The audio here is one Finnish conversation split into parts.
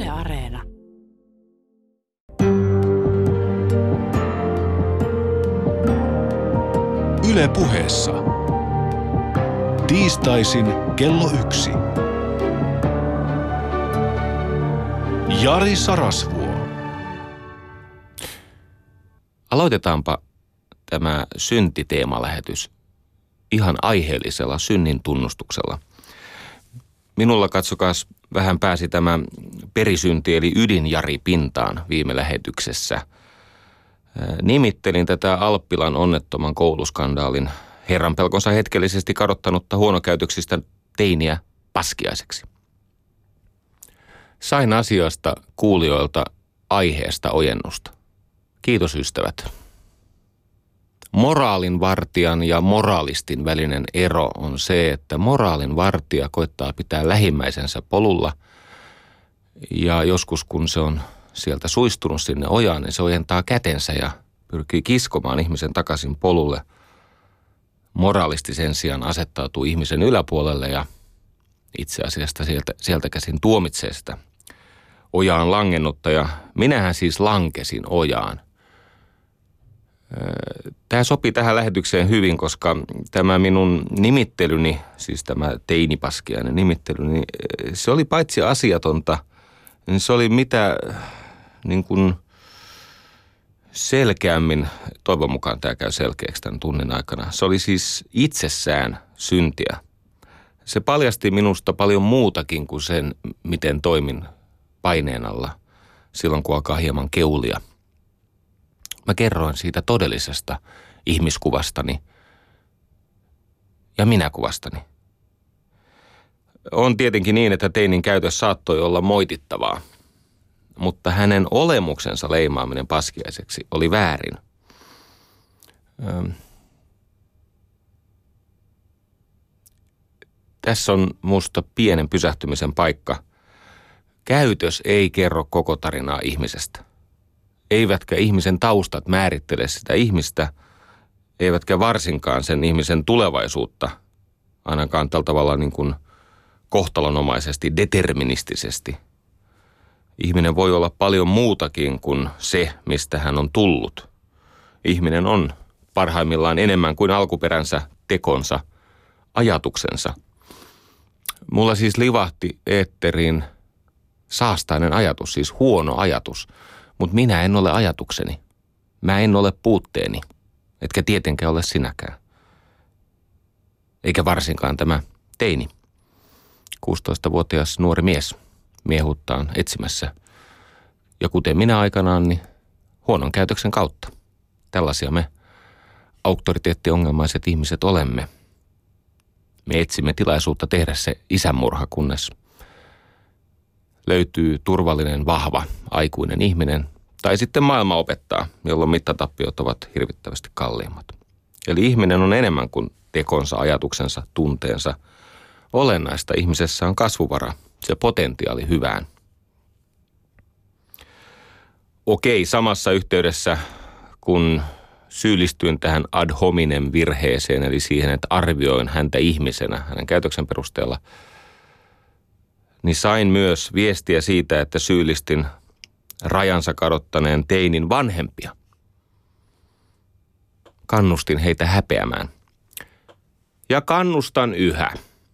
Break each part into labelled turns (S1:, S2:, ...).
S1: Yle Areena.
S2: Yle Puheessa. Tiistaisin kello 1. Jari Sarasvuo.
S3: Aloitetaanpa tämä syntiteemalähetys ihan aiheellisella synnin tunnustuksella. Minulla katsokaas vähän pääsi tämä perisynti eli ydinjari pintaan viime lähetyksessä. Nimittelin tätä Alppilan onnettoman kouluskandaalin herranpelkonsa hetkellisesti kadottanutta huonokäytöksistä teiniä paskiaiseksi. Sain asiasta kuulijoilta aiheesta ojennusta. Kiitos ystävät. Moraalinvartijan ja moraalistin välinen ero on se, että moraalinvartija koittaa pitää lähimmäisensä polulla ja joskus kun se on sieltä suistunut sinne ojaan, niin se ojentaa kätensä ja pyrkii kiskomaan ihmisen takaisin polulle. Moraalisti sen sijaan asettautuu ihmisen yläpuolelle ja itse asiassa sieltä käsin tuomitsee sitä ojaan langennutta ja minähän siis lankesin ojaan. Tämä sopii tähän lähetykseen hyvin, koska tämä minun nimittelyni, siis tämä teinipaskiainen nimittelyni, se oli paitsi asiatonta, niin se oli mitä niin kuin selkeämmin, toivon mukaan tämä käy selkeäksi tämän tunnin aikana, se oli siis itsessään syntiä. Se paljasti minusta paljon muutakin kuin sen, miten toimin paineen alla silloin, kun alkaa hieman keulia. Mä kerroin siitä todellisesta ihmiskuvastani ja minäkuvastani. On tietenkin niin, että teinin käytös saattoi olla moitittavaa, mutta hänen olemuksensa leimaaminen paskiaiseksi oli väärin. Tässä on musta pienen pysähtymisen paikka. Käytös ei kerro koko tarinaa ihmisestä. Eivätkä ihmisen taustat määrittele sitä ihmistä, eivätkä varsinkaan sen ihmisen tulevaisuutta, ainakaan tällä tavalla niin kuin kohtalonomaisesti, deterministisesti. Ihminen voi olla paljon muutakin kuin se, mistä hän on tullut. Ihminen on parhaimmillaan enemmän kuin alkuperänsä, tekonsa, ajatuksensa. Mulla siis livahti eetteriin saastainen ajatus, siis huono ajatus. Mutta minä en ole ajatukseni. Mä en ole puutteeni. Etkä tietenkään ole sinäkään. Eikä varsinkaan tämä teini. 16-vuotias nuori mies miehuttaan etsimässä. Ja kuten minä aikanaan, niin huonon käytöksen kautta. Tällaisia me auktoriteettiongelmaiset ihmiset olemme. Me etsimme tilaisuutta tehdä se isänmurha, kunnes löytyy turvallinen, vahva, aikuinen ihminen, tai sitten maailma opettaa, jolloin mittatappiot ovat hirvittävästi kalliimmat. Eli ihminen on enemmän kuin tekonsa, ajatuksensa, tunteensa. Olennaista ihmisessä on kasvuvara, se potentiaali hyvään. Okei, samassa yhteydessä, kun syyllistyin tähän ad hominem virheeseen, eli siihen, että arvioin häntä ihmisenä, hänen käytöksen perusteella, niin sain myös viestiä siitä, että syyllistin rajansa kadottaneen teinin vanhempia. Kannustin heitä häpeämään. Ja kannustan yhä.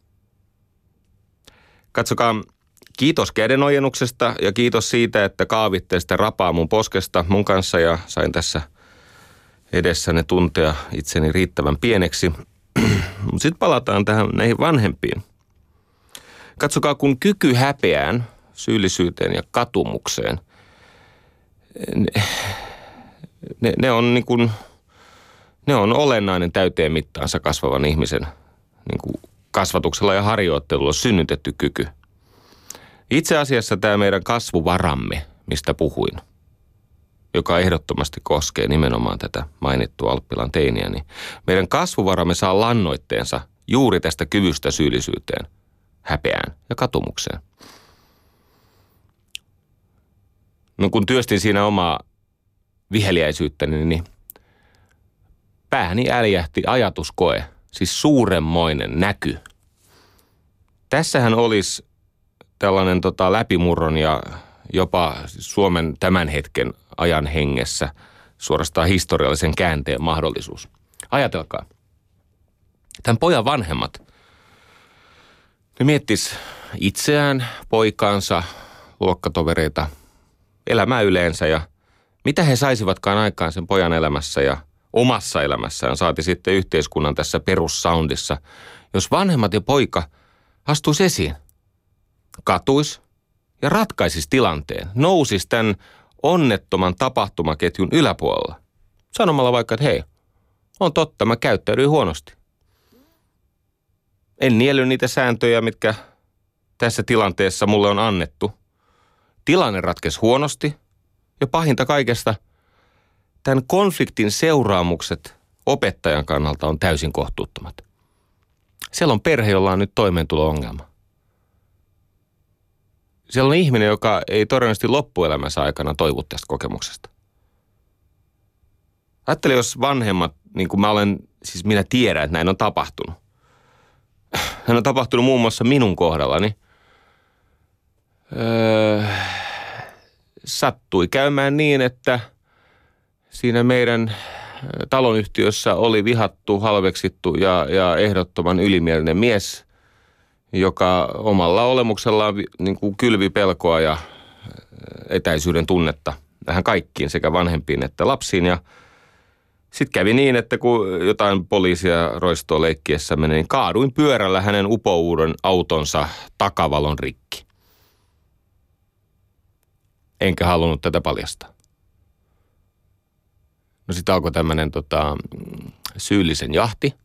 S3: Katsokaa, kiitos kädenojennuksesta ja kiitos siitä, että kaavitte sitä rapaa mun poskesta mun kanssa ja sain tässä edessäne tuntea itseni riittävän pieneksi. Sitten palataan näihin vanhempiin. Katsokaa, kun kyky häpeään, syyllisyyteen ja katumukseen, ne on olennainen täyteen mittaansa kasvavan ihmisen niin kuin kasvatuksella ja harjoittelulla synnytetty kyky. Itse asiassa tämä meidän kasvuvaramme, mistä puhuin, joka ehdottomasti koskee nimenomaan tätä mainittua Alppilan teiniä, niin meidän kasvuvaramme saa lannoitteensa juuri tästä kyvystä syyllisyyteen, häpeään ja katumukseen. No kun työstin siinä omaa viheliäisyyttäni, niin päähäni äljähti ajatuskoe, siis suuremmoinen näky. Tässähän olisi tällainen läpimurron jopa Suomen tämän hetken ajan hengessä suorastaan historiallisen käänteen mahdollisuus. Ajatelkaa. Tämän pojan vanhemmat, ne miettis itseään, poikaansa, luokkatovereita, elämää yleensä ja mitä he saisivatkaan aikaan sen pojan elämässä ja omassa elämässään, saati sitten yhteiskunnan tässä perussoundissa, jos vanhemmat ja poika astuisi esiin, katuisi ja ratkaisisi tilanteen, nousisi tämän onnettoman tapahtumaketjun yläpuolella, sanomalla vaikka, että hei, on totta, mä käyttäydyin huonosti. En nielly niitä sääntöjä, mitkä tässä tilanteessa mulle on annettu. Tilanne ratkesi huonosti ja pahinta kaikesta, tämän konfliktin seuraamukset opettajan kannalta on täysin kohtuuttomat. Siellä on perhe, jolla on nyt toimeentulo-ongelma. Siellä on ihminen, joka ei todennäköisesti loppuelämänsä aikana toivu tästä kokemuksesta. Ajattele, jos vanhemmat, niin kuin minä tiedän, että näin on tapahtunut. Hän on tapahtunut muun muassa minun kohdallani. Sattui käymään niin, että siinä meidän talonyhtiössä oli vihattu, halveksittu ja ehdottoman ylimielinen mies, joka omalla olemuksellaan niin kuin kylvi pelkoa ja etäisyyden tunnetta vähän kaikkiin, sekä vanhempiin että lapsiin. Ja sitten kävi niin, että kun jotain poliisia roistoa leikkiessä meni, niin kaaduin pyörällä hänen upouuden autonsa takavalon rikki. Enkä halunnut tätä paljastaa. No sitten alkoi tämmöinen syyllisen jahti.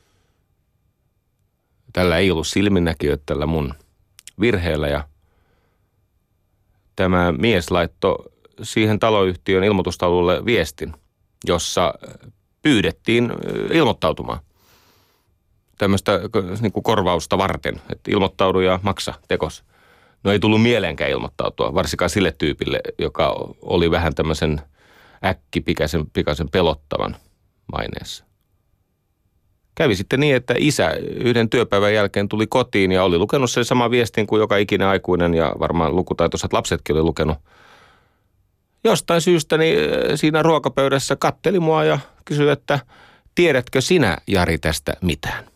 S3: Tällä ei ollut silminnäkijöitä tällä mun virheellä ja tämä mies laittoi siihen taloyhtiön ilmoitustaululle viestin, jossa pyydettiin ilmoittautumaan tämmöistä niin kuin korvausta varten, että ilmoittaudu ja maksa tekos. No ei tullut mieleenkään ilmoittautua, varsinkaan sille tyypille, joka oli vähän tämmöisen pikaisen pelottavan maineessa. Kävi sitten niin, että isä yhden työpäivän jälkeen tuli kotiin ja oli lukenut sen saman viestin kuin joka ikinen aikuinen ja varmaan lukutaitoiset lapsetkin oli lukenut. Jostain syystä niin siinä ruokapöydässä katteli mua ja kysyi, että tiedätkö sinä, Jari, tästä mitään?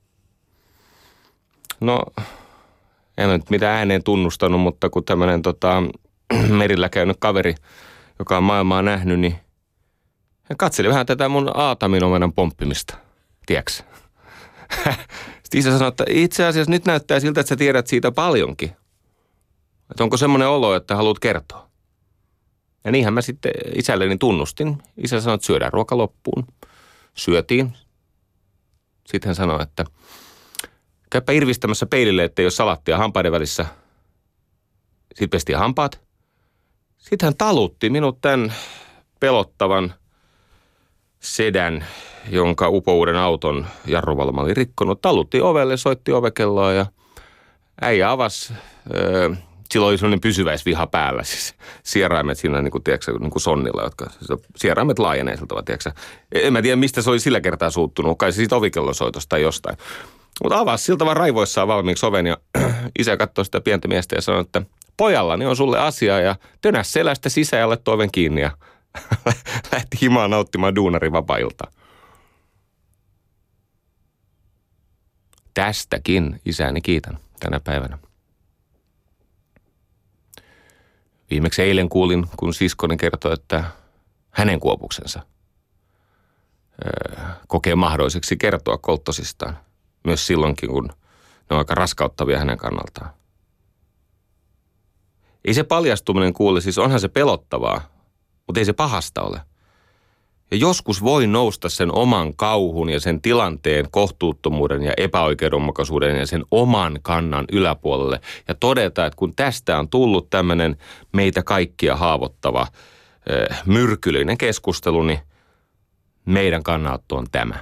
S3: No, en ole nyt mitään ääneen tunnustanut, mutta kun tämmöinen merillä käynyt kaveri, joka on maailmaa nähnyt, niin hän katseli vähän tätä mun aataminomenan pomppimista, tiedätkö? Sitten isä sanoi, että itse asiassa nyt näyttää siltä, että sä tiedät siitä paljonkin. Että onko semmoinen olo, että haluat kertoa? Ja niinhän mä sitten isälleni tunnustin. Isä sanoi, että syödään ruoka loppuun. Syötiin. Sitten hän sanoi, että käypä irvistämässä peilille, ettei ole salattia hampaiden välissä. Sitten pestiin hampaat. Sitten hän talutti minut tämän pelottavan sedän, jonka upouuden auton jarruvalma oli rikkonut. Talutti ovelle, soitti ovekelloa ja äijä avasi. Silloin oli sellainen pysyväisviha päällä, siis sieraimet siinä niin kuin, tiedätkö, niin kuin sonnilla, jotka sieraimet laajenee siltä, tiedätkö. En mä tiedä, mistä se oli sillä kertaa suuttunut, kai se siitä ovikellon soitosta tai jostain. Mutta avasi siltä vaan raivoissaan valmiiksi oven ja isä katsoi sitä pientä miestä ja sanoi, että pojallani on sulle asia ja tönäs selästä sisään ja laittoi oven kiinni ja lähti himaan nauttimaan duunarin vapaa-iltaa. Tästäkin isäni kiitän tänä päivänä. Viimeksi eilen kuulin, kun siskoni kertoi, että hänen kuopuksensa kokee mahdolliseksi kertoa kolttosistaan. Myös silloinkin, kun ne on aika raskauttavia hänen kannaltaan. Ei se paljastuminen kuule, siis onhan se pelottavaa, mutta ei se pahasta ole. Ja joskus voi nousta sen oman kauhun ja sen tilanteen kohtuuttomuuden ja epäoikeudenmukaisuuden ja sen oman kannan yläpuolelle ja todeta, että kun tästä on tullut tämmöinen meitä kaikkia haavoittava myrkyllinen keskustelu, niin meidän kannanotto on tämä.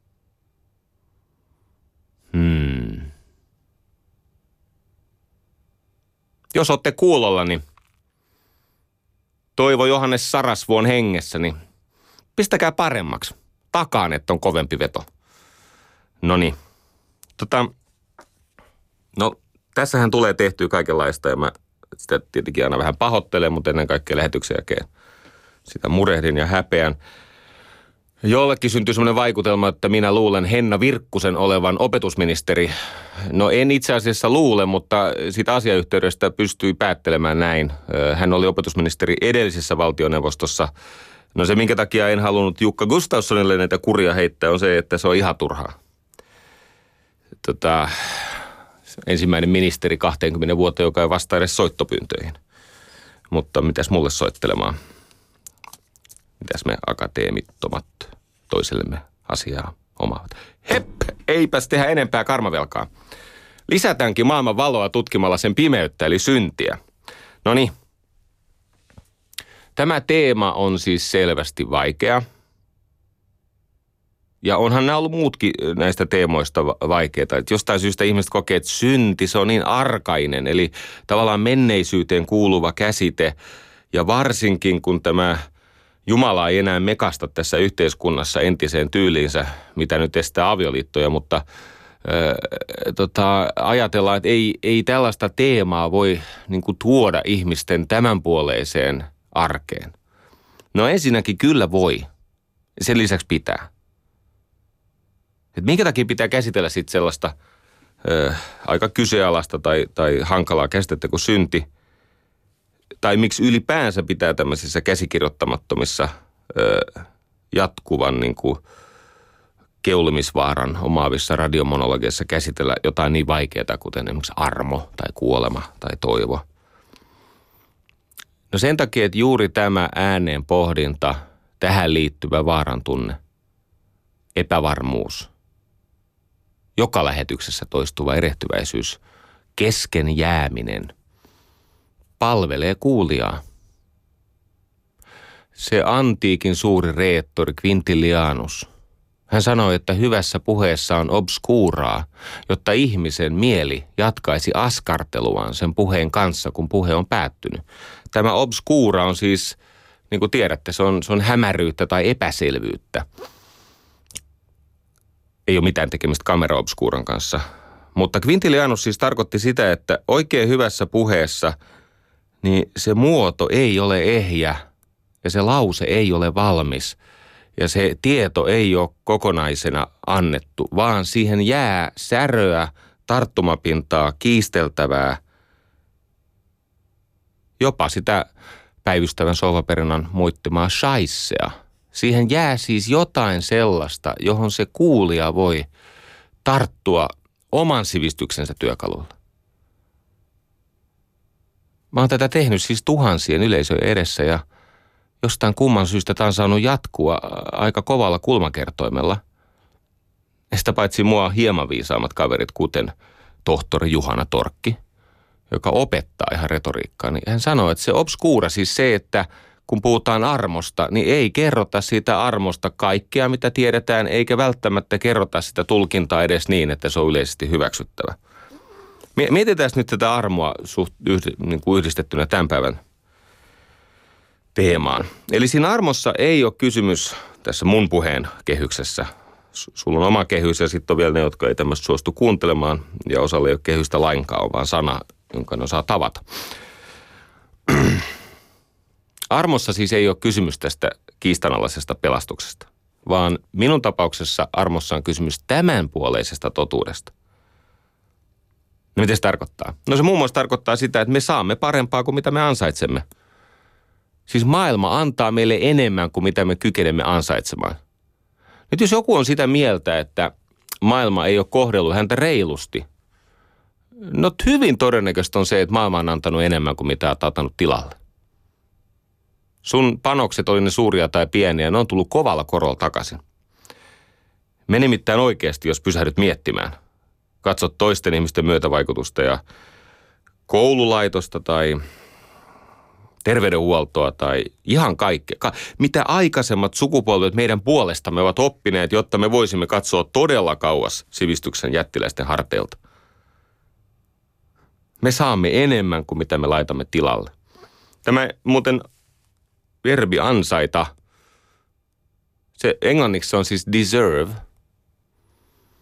S3: Jos olette kuulolla, niin Toivo Johannes Sarasvuon hengessä, niin pistäkää paremmaksi. Takaan, että on kovempi veto. Noniin. No, tässähän tulee tehtyä kaikenlaista ja mä sitä tietenkin aina vähän pahoittelen, mutta ennen kaikkea lähetyksen jälkeen sitä murehdin ja häpeän. Jollekin syntyi sellainen vaikutelma, että minä luulen Henna Virkkusen olevan opetusministeri. No en itse asiassa luule, mutta siitä asiayhteydestä pystyi päättelemään näin. Hän oli opetusministeri edellisessä valtioneuvostossa. No se, minkä takia en halunnut Jukka Gustafssonille näitä kuria heittää, on se, että se on ihan turhaa. Ensimmäinen ministeri 20 vuotta, joka ei vastaa edes soittopyyntöihin. Mutta mitäs mulle soittelemaan? Mitäs me akateemittomat toisellemme asiaa omaavat? Hepp! Eipäs tehdä enempää karmavelkaa. Lisätäänkin maailman valoa tutkimalla sen pimeyttä eli syntiä. Noniin. Tämä teema on siis selvästi vaikea. Ja onhan nämä ollut muutkin näistä teemoista vaikeita. Että jostain syystä ihmiset kokee, että synti, se on niin arkainen. Eli tavallaan menneisyyteen kuuluva käsite. Ja varsinkin kun tämä Jumala ei enää mekasta tässä yhteiskunnassa entiseen tyyliinsä, mitä nyt estää avioliittoja, mutta ajatellaan, että ei tällaista teemaa voi niin kuin tuoda ihmisten tämänpuoleiseen arkeen. No ensinnäkin kyllä voi. Sen lisäksi pitää. Et minkä takia pitää käsitellä sitten sellaista aika kyseenalaista tai hankalaa käsitettä kuin synti? Tai miksi ylipäänsä pitää tämmöisissä käsikirjoittamattomissa jatkuvan niin kuin keulimisvaaran omaavissa radiomonologeissa käsitellä jotain niin vaikeaa, kuten esimerkiksi armo tai kuolema tai toivo. No sen takia, että juuri tämä ääneen pohdinta, tähän liittyvä vaaran tunne, epävarmuus, joka lähetyksessä toistuva erehtyväisyys, kesken jääminen, palvelee kuulijaa. Se antiikin suuri reettori Quintilianus, hän sanoi, että hyvässä puheessa on obscuraa, jotta ihmisen mieli jatkaisi askarteluaan sen puheen kanssa, kun puhe on päättynyt. Tämä obscura on siis, niin kuin tiedätte, se on hämäryyttä tai epäselvyyttä. Ei ole mitään tekemistä kamera obscuran kanssa. Mutta Quintilianus siis tarkoitti sitä, että oikein hyvässä puheessa niin se muoto ei ole ehjä ja se lause ei ole valmis ja se tieto ei ole kokonaisena annettu, vaan siihen jää säröä, tarttumapintaa, kiisteltävää, jopa sitä päivystävän sohvaperinnän muittimaa shaissea. Siihen jää siis jotain sellaista, johon se kuulija voi tarttua oman sivistyksensä työkalulla. Mä oon tätä tehnyt siis tuhansien yleisöjen edessä ja jostain kumman syystä tämä on saanut jatkua aika kovalla kulmakertoimella. Sitä paitsi mua hieman viisaammat kaverit, kuten tohtori Juhana Torkki, joka opettaa ihan retoriikkaa, niin hän sanoi, että se obscura, siis se, että kun puhutaan armosta, niin ei kerrota siitä armosta kaikkea, mitä tiedetään, eikä välttämättä kerrota sitä tulkintaa edes niin, että se on yleisesti hyväksyttävä. Mietitään nyt tätä armoa niin kuin yhdistettynä tämän päivän teemaan. Eli siinä armossa ei ole kysymys tässä mun puheen kehyksessä. Sulla on oma kehys ja sitten on vielä ne, jotka ei tämmöistä suostu kuuntelemaan ja osalla ei ole kehystä lainkaan, vaan sana, jonka ne osaa tavata. Armossa siis ei ole kysymys tästä kiistanalaisesta pelastuksesta, vaan minun tapauksessa armossa on kysymys tämänpuoleisesta totuudesta. No mitä se tarkoittaa? No se muun muassa tarkoittaa sitä, että me saamme parempaa kuin mitä me ansaitsemme. Siis maailma antaa meille enemmän kuin mitä me kykenemme ansaitsemaan. Nyt jos joku on sitä mieltä, että maailma ei ole kohdellut häntä reilusti, no hyvin todennäköistä on se, että maailma on antanut enemmän kuin mitä olet antanut tilalle. Sun panokset oli ne suuria tai pieniä, ne on tullut kovalla korolla takaisin. Me nimittäin oikeasti, jos pysähdyt miettimään, katsot toisten ihmisten myötävaikutusta ja koululaitosta tai terveydenhuoltoa tai ihan kaikkea. Mitä aikaisemmat sukupolvet meidän puolestamme ovat oppineet, jotta me voisimme katsoa todella kauas sivistyksen jättiläisten harteilta. Me saamme enemmän kuin mitä me laitamme tilalle. Tämä muuten verbi ansaita, se englanniksi on siis deserve,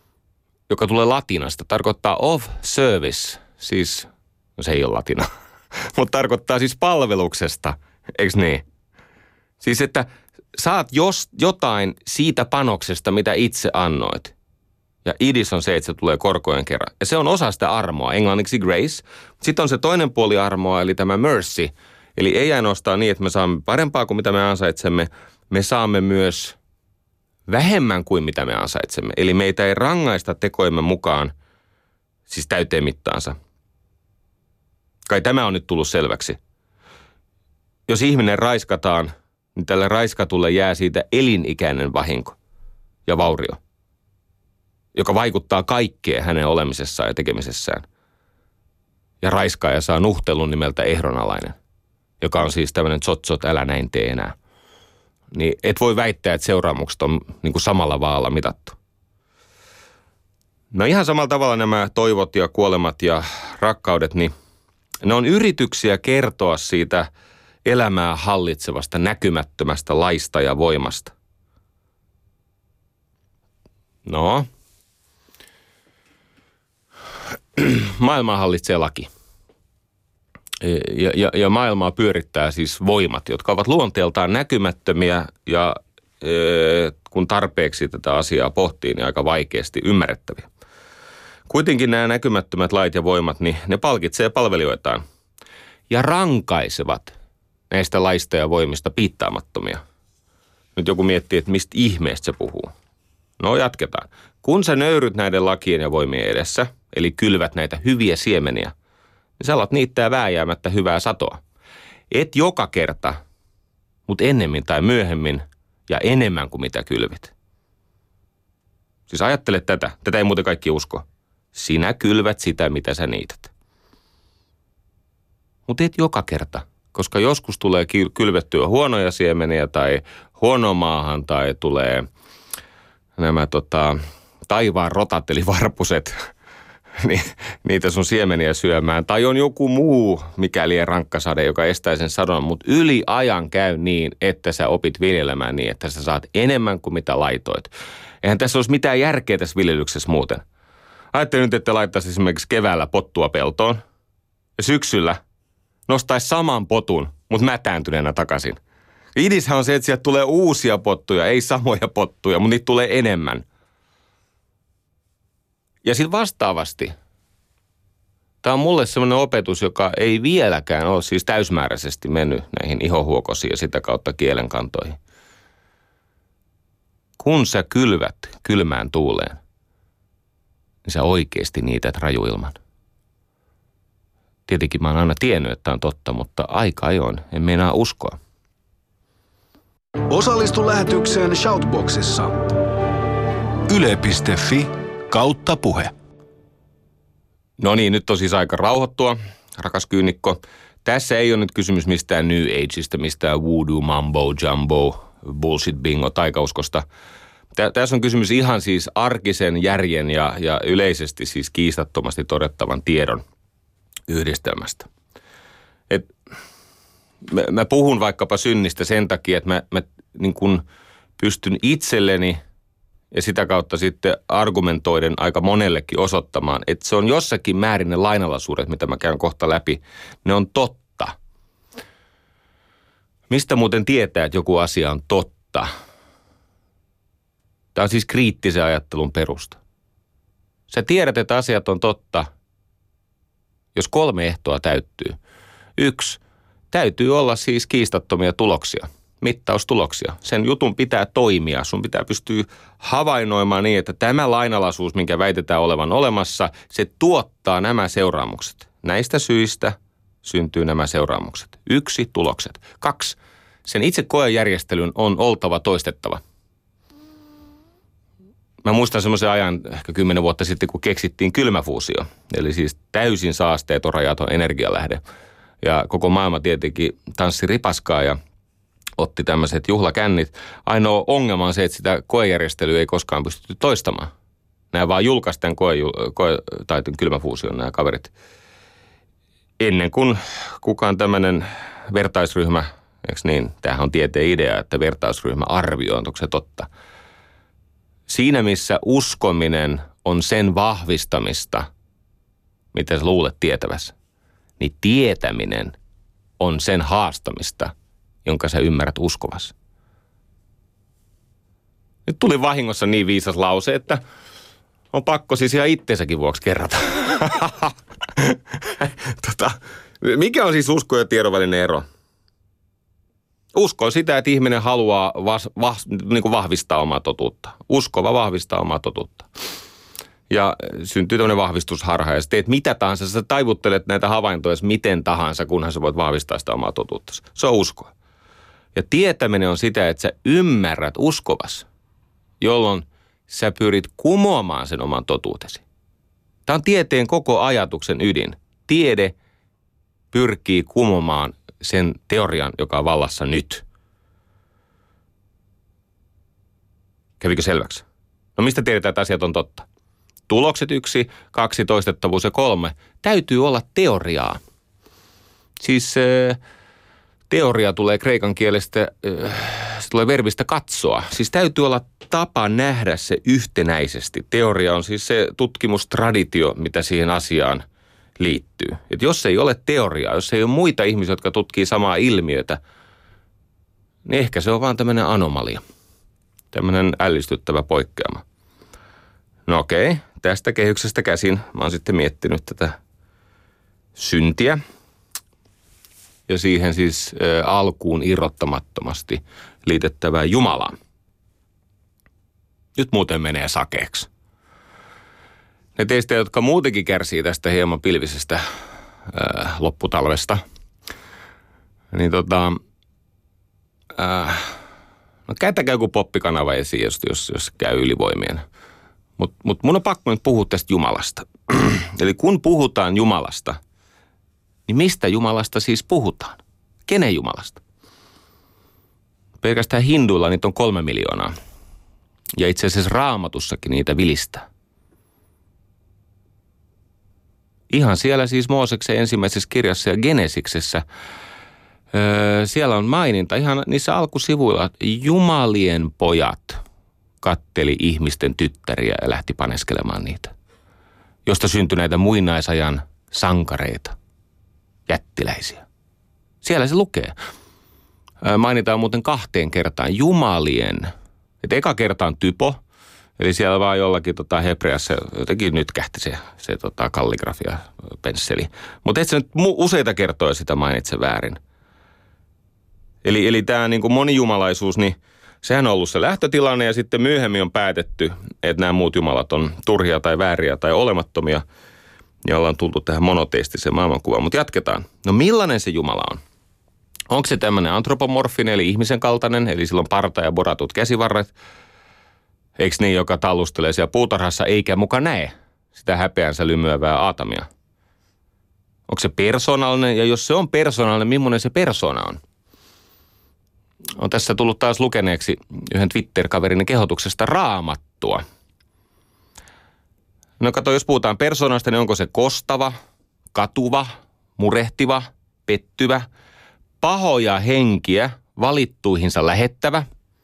S3: joka tulee latinasta, tarkoittaa of service, siis, no se ei ole latina, mutta tarkoittaa siis palveluksesta, eikö niin? Siis, että saat jotain siitä panoksesta, mitä itse annoit. Ja idis on se, että se tulee korkojen kerran. Ja se on osa sitä armoa, englanniksi grace. Sitten on se toinen puoli armoa, eli tämä mercy. Eli ei ainoastaan niin, että me saamme parempaa kuin mitä me ansaitsemme, me saamme myös vähemmän kuin mitä me ansaitsemme. Eli meitä ei rangaista tekoimme mukaan, siis täyteen mittaansa. Kai tämä on nyt tullut selväksi. Jos ihminen raiskataan, niin tälle raiskatulle jää siitä elinikäinen vahinko ja vaurio, joka vaikuttaa kaikkeen hänen olemisessaan ja tekemisessään. Ja raiskaaja saa nuhtelun nimeltä ehdonalainen, joka on siis tämmöinen tsot, älä näin tee enää. Niin et voi väittää, että seuraamukset on niin kuin samalla vaalla mitattu. No ihan samalla tavalla nämä toivot ja kuolemat ja rakkaudet, niin ne on yrityksiä kertoa siitä elämää hallitsevasta, näkymättömästä laista ja voimasta. No, maailmaa hallitsee laki. Ja maailmaa pyörittää siis voimat, jotka ovat luonteeltaan näkymättömiä ja kun tarpeeksi tätä asiaa pohtii, niin aika vaikeasti ymmärrettäviä. Kuitenkin nämä näkymättömät lait ja voimat, niin ne palkitsee palvelijoitaan ja rankaisevat näistä laista ja voimista piittaamattomia. Nyt joku miettii, että mistä ihmeestä se puhuu. No jatketaan. Kun sä nöyryt näiden lakien ja voimien edessä, eli kylvät näitä hyviä siemeniä, niin sä alat niittää vääjäämättä hyvää satoa. Et joka kerta, mutta ennemmin tai myöhemmin ja enemmän kuin mitä kylvit. Siis ajattele tätä. Tätä ei muuten kaikki usko. Sinä kylvät sitä, mitä sä niität. Mutta et joka kerta, koska joskus tulee kylvettyä huonoja siemeniä tai huonoa maahan tai tulee nämä taivaan rotat eli varpuset, niin niitä sun siemeniä syömään. Tai on joku muu, mikäli rankkasade, joka estää sen sadon, mutta yli ajan käy niin, että sä opit viljelemään niin, että sä saat enemmän kuin mitä laitoit. Eihän tässä olisi mitään järkeä tässä viljelyksessä muuten. Ajattelin nyt, että laittaisi esimerkiksi keväällä pottua peltoon ja syksyllä nostaisi saman potun, mutta mätääntyneenä takaisin. Idishän on se, että sieltä tulee uusia pottuja, ei samoja pottuja, mutta niitä tulee enemmän. Ja sitten vastaavasti, tämä on mulle semmoinen opetus, joka ei vieläkään ole siis täysmääräisesti mennyt näihin ihohuokosiin ja sitä kautta kielenkantoihin. Kun sä kylvät kylmään tuuleen, niin sä oikeasti niität rajuilman. Tietenkin mä oon aina tiennyt, että on totta, mutta aika ajoin en meinaa uskoa.
S2: Osallistu lähetykseen Shoutboxissa. Yle.fi/puhe.
S3: No niin, nyt on siis aika rauhoittua, rakas kyynikko. Tässä ei ole nyt kysymys mistään New Ageista, mistään voodoo, mambo, jumbo, bullshit, bingo, taikauskosta. Tässä on kysymys ihan siis arkisen järjen ja yleisesti siis kiistattomasti todettavan tiedon yhdistelmästä. Mä puhun vaikkapa synnistä sen takia, että mä niin kun pystyn itselleni ja sitä kautta sitten argumentoiden aika monellekin osoittamaan, että se on jossakin määrin ne lainalaisuudet, mitä mä käyn kohta läpi, ne on totta. Mistä muuten tietää, että joku asia on totta? Tämä on siis kriittisen ajattelun perusta. Sä tiedät, että asiat on totta, jos 3 ehtoa täyttyy. 1. Täytyy olla siis kiistattomia tuloksia, mittaustuloksia. Sen jutun pitää toimia. Sun pitää pystyä havainnoimaan niin, että tämä lainalaisuus, minkä väitetään olevan olemassa, se tuottaa nämä seuraamukset. Näistä syistä syntyy nämä seuraamukset. 1. Tulokset. 2. Sen itse koejärjestelyn on oltava toistettava. Mä muistan semmoisen ajan ehkä 10 vuotta sitten, kun keksittiin kylmäfuusio. Eli siis täysin saasteeton rajaton energialähde. Ja koko maailma tietenkin tanssi ripaskaa ja otti tämmöiset juhlakännit. Ainoa ongelma on se, että sitä koejärjestelyä ei koskaan pystytty toistamaan. Nämä vaan julkaistaan tai kylmäfuusion nämä kaverit. Ennen kuin kukaan tämmöinen vertaisryhmä, eikö niin, tämähän on tieteen idea, että vertaisryhmä arvioi, onko se totta. Siinä missä uskominen on sen vahvistamista, mitä sä luulet tietävässä, niin tietäminen on sen haastamista, jonka sä ymmärrät uskovas. Nyt tuli vahingossa niin viisas lause, että on pakko siis ihan itsensäkin vuoksi kerrata. Mikä on siis usko ja tiedon välinen ero? Usko on sitä, että ihminen haluaa niin kuin vahvistaa omaa totuutta. Uskova vahvistaa omaa totuutta. Ja syntyy tämmöinen vahvistusharha. Ja sä teet mitä tahansa, sä taivuttelet näitä havaintoja miten tahansa, kunhan sä voit vahvistaa sitä omaa totuutta. Se on uskoa. Ja tietäminen on sitä, että sä ymmärrät uskovas, jolloin sä pyrit kumoamaan sen oman totuutesi. Tämä on tieteen koko ajatuksen ydin. Tiede pyrkii kumoamaan sen teorian, joka on vallassa nyt. Kävikö selväksi? No mistä tiedetään, että asiat on totta? Tulokset 1, 2, toistettavuus ja 3. Täytyy olla teoriaa. Siis teoria tulee kreikan kielestä, se tulee verbistä katsoa. Siis täytyy olla tapa nähdä se yhtenäisesti. Teoria on siis se tutkimustraditio, mitä siihen asiaan liittyy. Et jos ei ole teoriaa, jos ei ole muita ihmisiä, jotka tutkii samaa ilmiötä, niin ehkä se on vaan tämmöinen anomalia. Tämmöinen ällistyttävä poikkeama. No okei, tästä kehyksestä käsin mä oon sitten miettinyt tätä syntiä. Ja siihen siis alkuun irrottamattomasti liitettävää Jumalaa. Nyt muuten menee sakeeksi. Ne teistä, jotka muutenkin kärsii tästä hieman pilvisestä lopputalvesta, niin no käyttäkää joku poppikanava esiin, jos käy ylivoimien. Mut mun on pakko nyt puhua tästä Jumalasta. Eli kun puhutaan Jumalasta, niin mistä Jumalasta siis puhutaan? Kenen Jumalasta? Pelkästään hinduilla niitä on 3 miljoonaa. Ja itse asiassa Raamatussakin niitä vilistää. Ihan siellä siis Mooseksen ensimmäisessä kirjassa ja Genesiksessä. Siellä on maininta ihan niissä alkusivuilla. Jumalien pojat katteli ihmisten tyttäriä ja lähti paneskelemaan niitä. Josta syntyi näitä muinaisajan sankareita, jättiläisiä. Siellä se lukee. Mainitaan muuten 2 kertaan jumalien. Että eka kerta on typo, eli siellä vaan jollakin hebreassa jotenkin nyt kähti se kalligrafia pensseli. Mutta et sä nyt useita kertoja sitä mainitse väärin. Eli tämä niin kuin monijumalaisuus, niin sehän on ollut se lähtötilanne ja sitten myöhemmin on päätetty, että nämä muut jumalat on turhia tai vääriä tai olemattomia. Ja ollaan tultu tähän monoteistiseen maailmankuvaan. Mutta jatketaan. No millainen se Jumala on? Onko se tämmöinen antropomorfinen eli ihmisen kaltainen, eli sillä on parta ja boratut käsivarret? Eikö niin, joka tallustelee siellä puutarhassa eikä muka näe sitä häpeänsä lymyävää aatamia? Onko se persoonallinen? Ja jos se on persoonallinen, millainen se persoona on? On tässä tullut taas lukeneeksi yhden Twitter-kaverin kehotuksesta Raamattua. No kato, jos puhutaan persoonasta, niin onko se kostava, katuva, murehtiva, pettyvä, pahoja henkiä valittuihinsa lähettävä?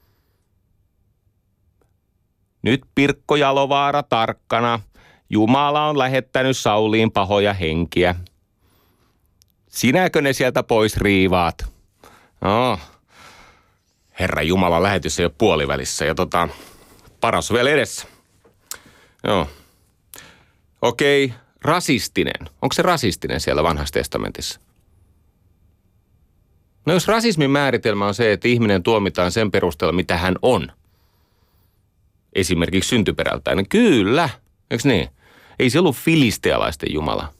S3: Nyt Pirkko Jalovaara tarkkana. Jumala on lähettänyt Sauliin pahoja henkiä. Sinäkö ne sieltä pois riivaat? No, Herra Jumala, lähetys ei ole puolivälissä ja paras on vielä edessä. Joo. Okei, rasistinen. Onko se rasistinen siellä Vanhassa testamentissa? No jos rasismin määritelmä on se, että ihminen tuomitaan sen perusteella, mitä hän on, esimerkiksi syntyperältään, niin kyllä, eikö niin? Ei se ollut filistealaisten Jumala.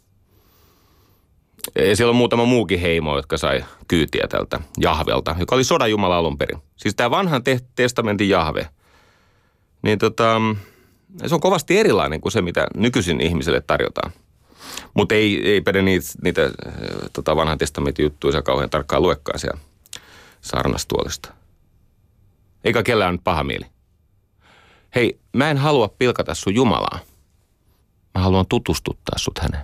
S3: Ja siellä on muutama muukin heimo, jotka sai kyytiä tältä Jahvelta, joka oli sodan Jumala alun perin. Siis tämä Vanhan testamentin Jahve, niin se on kovasti erilainen kuin se, mitä nykyisin ihmiselle tarjotaan. Mutta eipä ne niitä Vanhan testamentin juttuja kauhean tarkkaan luekaan siellä saarnastuolista. Eikä kellään nyt paha mieli. Hei, mä en halua pilkata sun Jumalaa. Mä haluan tutustuttaa sut häneen.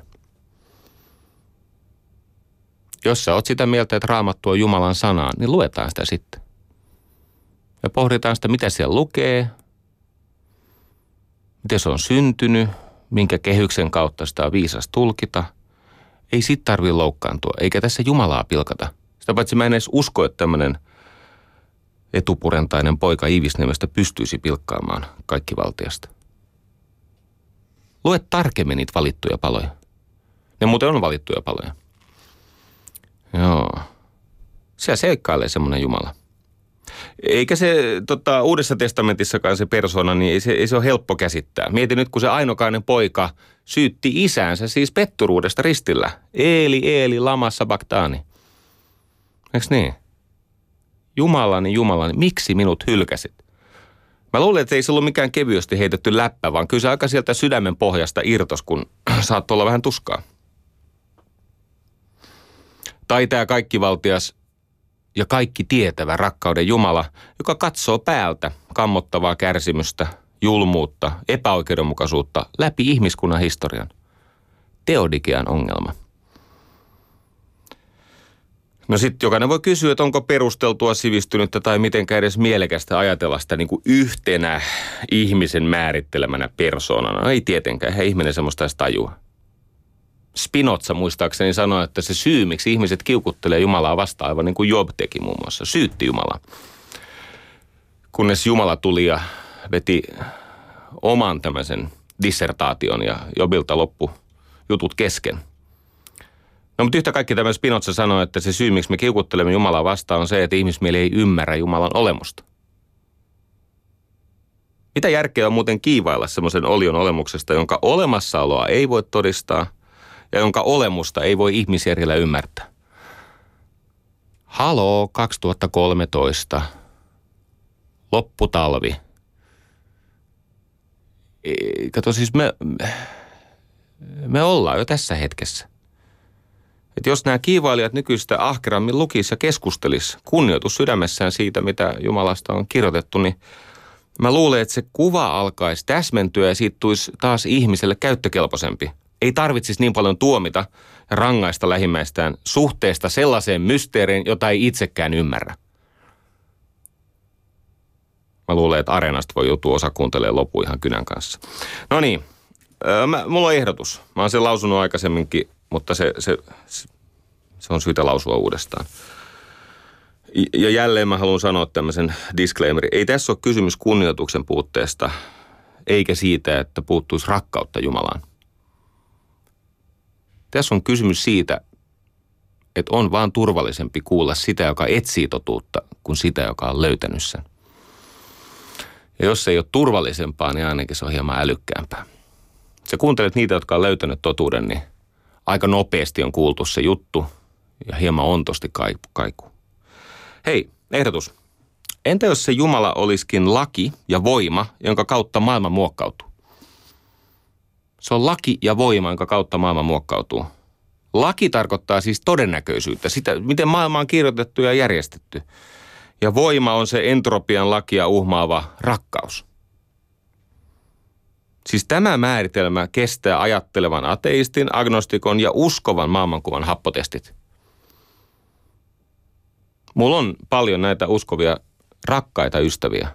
S3: Jos sä oot sitä mieltä, että Raamattu on Jumalan sanaa, niin luetaan sitä sitten. Ja pohditaan sitä, mitä siellä lukee, miten se on syntynyt, minkä kehyksen kautta sitä on viisas tulkita, Ei sit tarvitse loukkaantua, eikä tässä Jumalaa pilkata. Sitä paitsi mä en edes usko, että tämmöinen etupurentainen poika Iivisniemestä pystyisi pilkkaamaan kaikkivaltiasta. Lue tarkemmin niitä valittuja paloja. Ne muuten on valittuja paloja. Joo. Siellä seikkailee semmoinen Jumala. Eikä se Uudessa testamentissakaan se persona, niin ei se ole helppo käsittää. Mieti nyt, kun se ainokainen poika syytti isäänsä siis petturuudesta ristillä. Eeli, lama sabachthani. Eiks niin? Jumalani, miksi minut hylkäsit? Mä luulen, että ei se ollut mikään kevyesti heitetty läppä, vaan kyllä se aika sieltä sydämen pohjasta irtos, kun saattoi olla vähän tuskaa. Tai tämä kaikkivaltias ja kaikki tietävä rakkauden Jumala, joka katsoo päältä kammottavaa kärsimystä, julmuutta, epäoikeudenmukaisuutta läpi ihmiskunnan historian. Teodikian ongelma. No sitten jokainen voi kysyä, että onko perusteltua, sivistynyttä tai mitenkään edes mielekästä ajatella sitä niin kuin yhtenä ihmisen määrittelemänä persoonana. No ei tietenkään, eihän ihminen semmoista edes tajua. Spinoza muistaakseni sanoi, että se syy, miksi ihmiset kiukuttelee Jumalaa vastaan, aivan niin kuin Job teki muun muassa, syytti Jumalaa. Kunnes Jumala tuli ja veti oman tämmöisen dissertaation ja Jobilta loppu jutut kesken. No mutta yhtä kaikki tämä Spinoza sanoi, että se syy, miksi me kiukuttelemme Jumalaa vastaan, on se, että ihmismieli ei ymmärrä Jumalan olemusta. Mitä järkeä on muuten kiivailla semmoisen olion olemuksesta, jonka olemassaoloa ei voi todistaa ja jonka olemusta ei voi ihmisjärjellä ymmärtää? Haloo, 2013. Lopputalvi. Kato siis me ollaan jo tässä hetkessä. Että jos nämä kiivailijat nykyistä ahkerammin lukis ja keskustelis kunnioitus sydämessään siitä, mitä Jumalasta on kirjoitettu, niin mä luulen, että se kuva alkaisi täsmentyä ja siitä tulisi taas ihmiselle käyttökelpoisempi. Ei tarvitsisi niin paljon tuomita ja rangaista lähimmäistään suhteesta sellaiseen mysteeriin, jota ei itsekään ymmärrä. Mä luulen, että Areenasta voi joutua osa kuuntelemaan lopun ihan kynän kanssa. No niin, mulla on ehdotus. Mä oon sen lausunut aikaisemminkin, mutta se on syytä lausua uudestaan. Ja jälleen mä haluan sanoa tämmöisen disclaimerin. Ei tässä ole kysymys kunnioituksen puutteesta, eikä siitä, että puuttuisi rakkautta Jumalaan. Tässä on kysymys siitä, että on vaan turvallisempi kuulla sitä, joka etsii totuutta, kuin sitä, joka on löytänyt sen. Ja jos se ei ole turvallisempaa, niin ainakin se on hieman älykkäämpää. Sä kuuntelet niitä, jotka on löytänyt totuuden, niin aika nopeasti on kuultu se juttu ja hieman ontosti kaiku. Hei, ehdotus. Entä jos se Jumala olisikin laki ja voima, jonka kautta maailma muokkautuu? Se on laki ja voima, jonka kautta maailma muokkautuu. Laki tarkoittaa siis todennäköisyyttä, sitä, miten maailma on kirjoitettu ja järjestetty. Ja voima on se entropian lakia uhmaava rakkaus. Siis tämä määritelmä kestää ajattelevan ateistin, agnostikon ja uskovan maailmankuvan happotestit. Mulla on paljon näitä uskovia rakkaita ystäviä.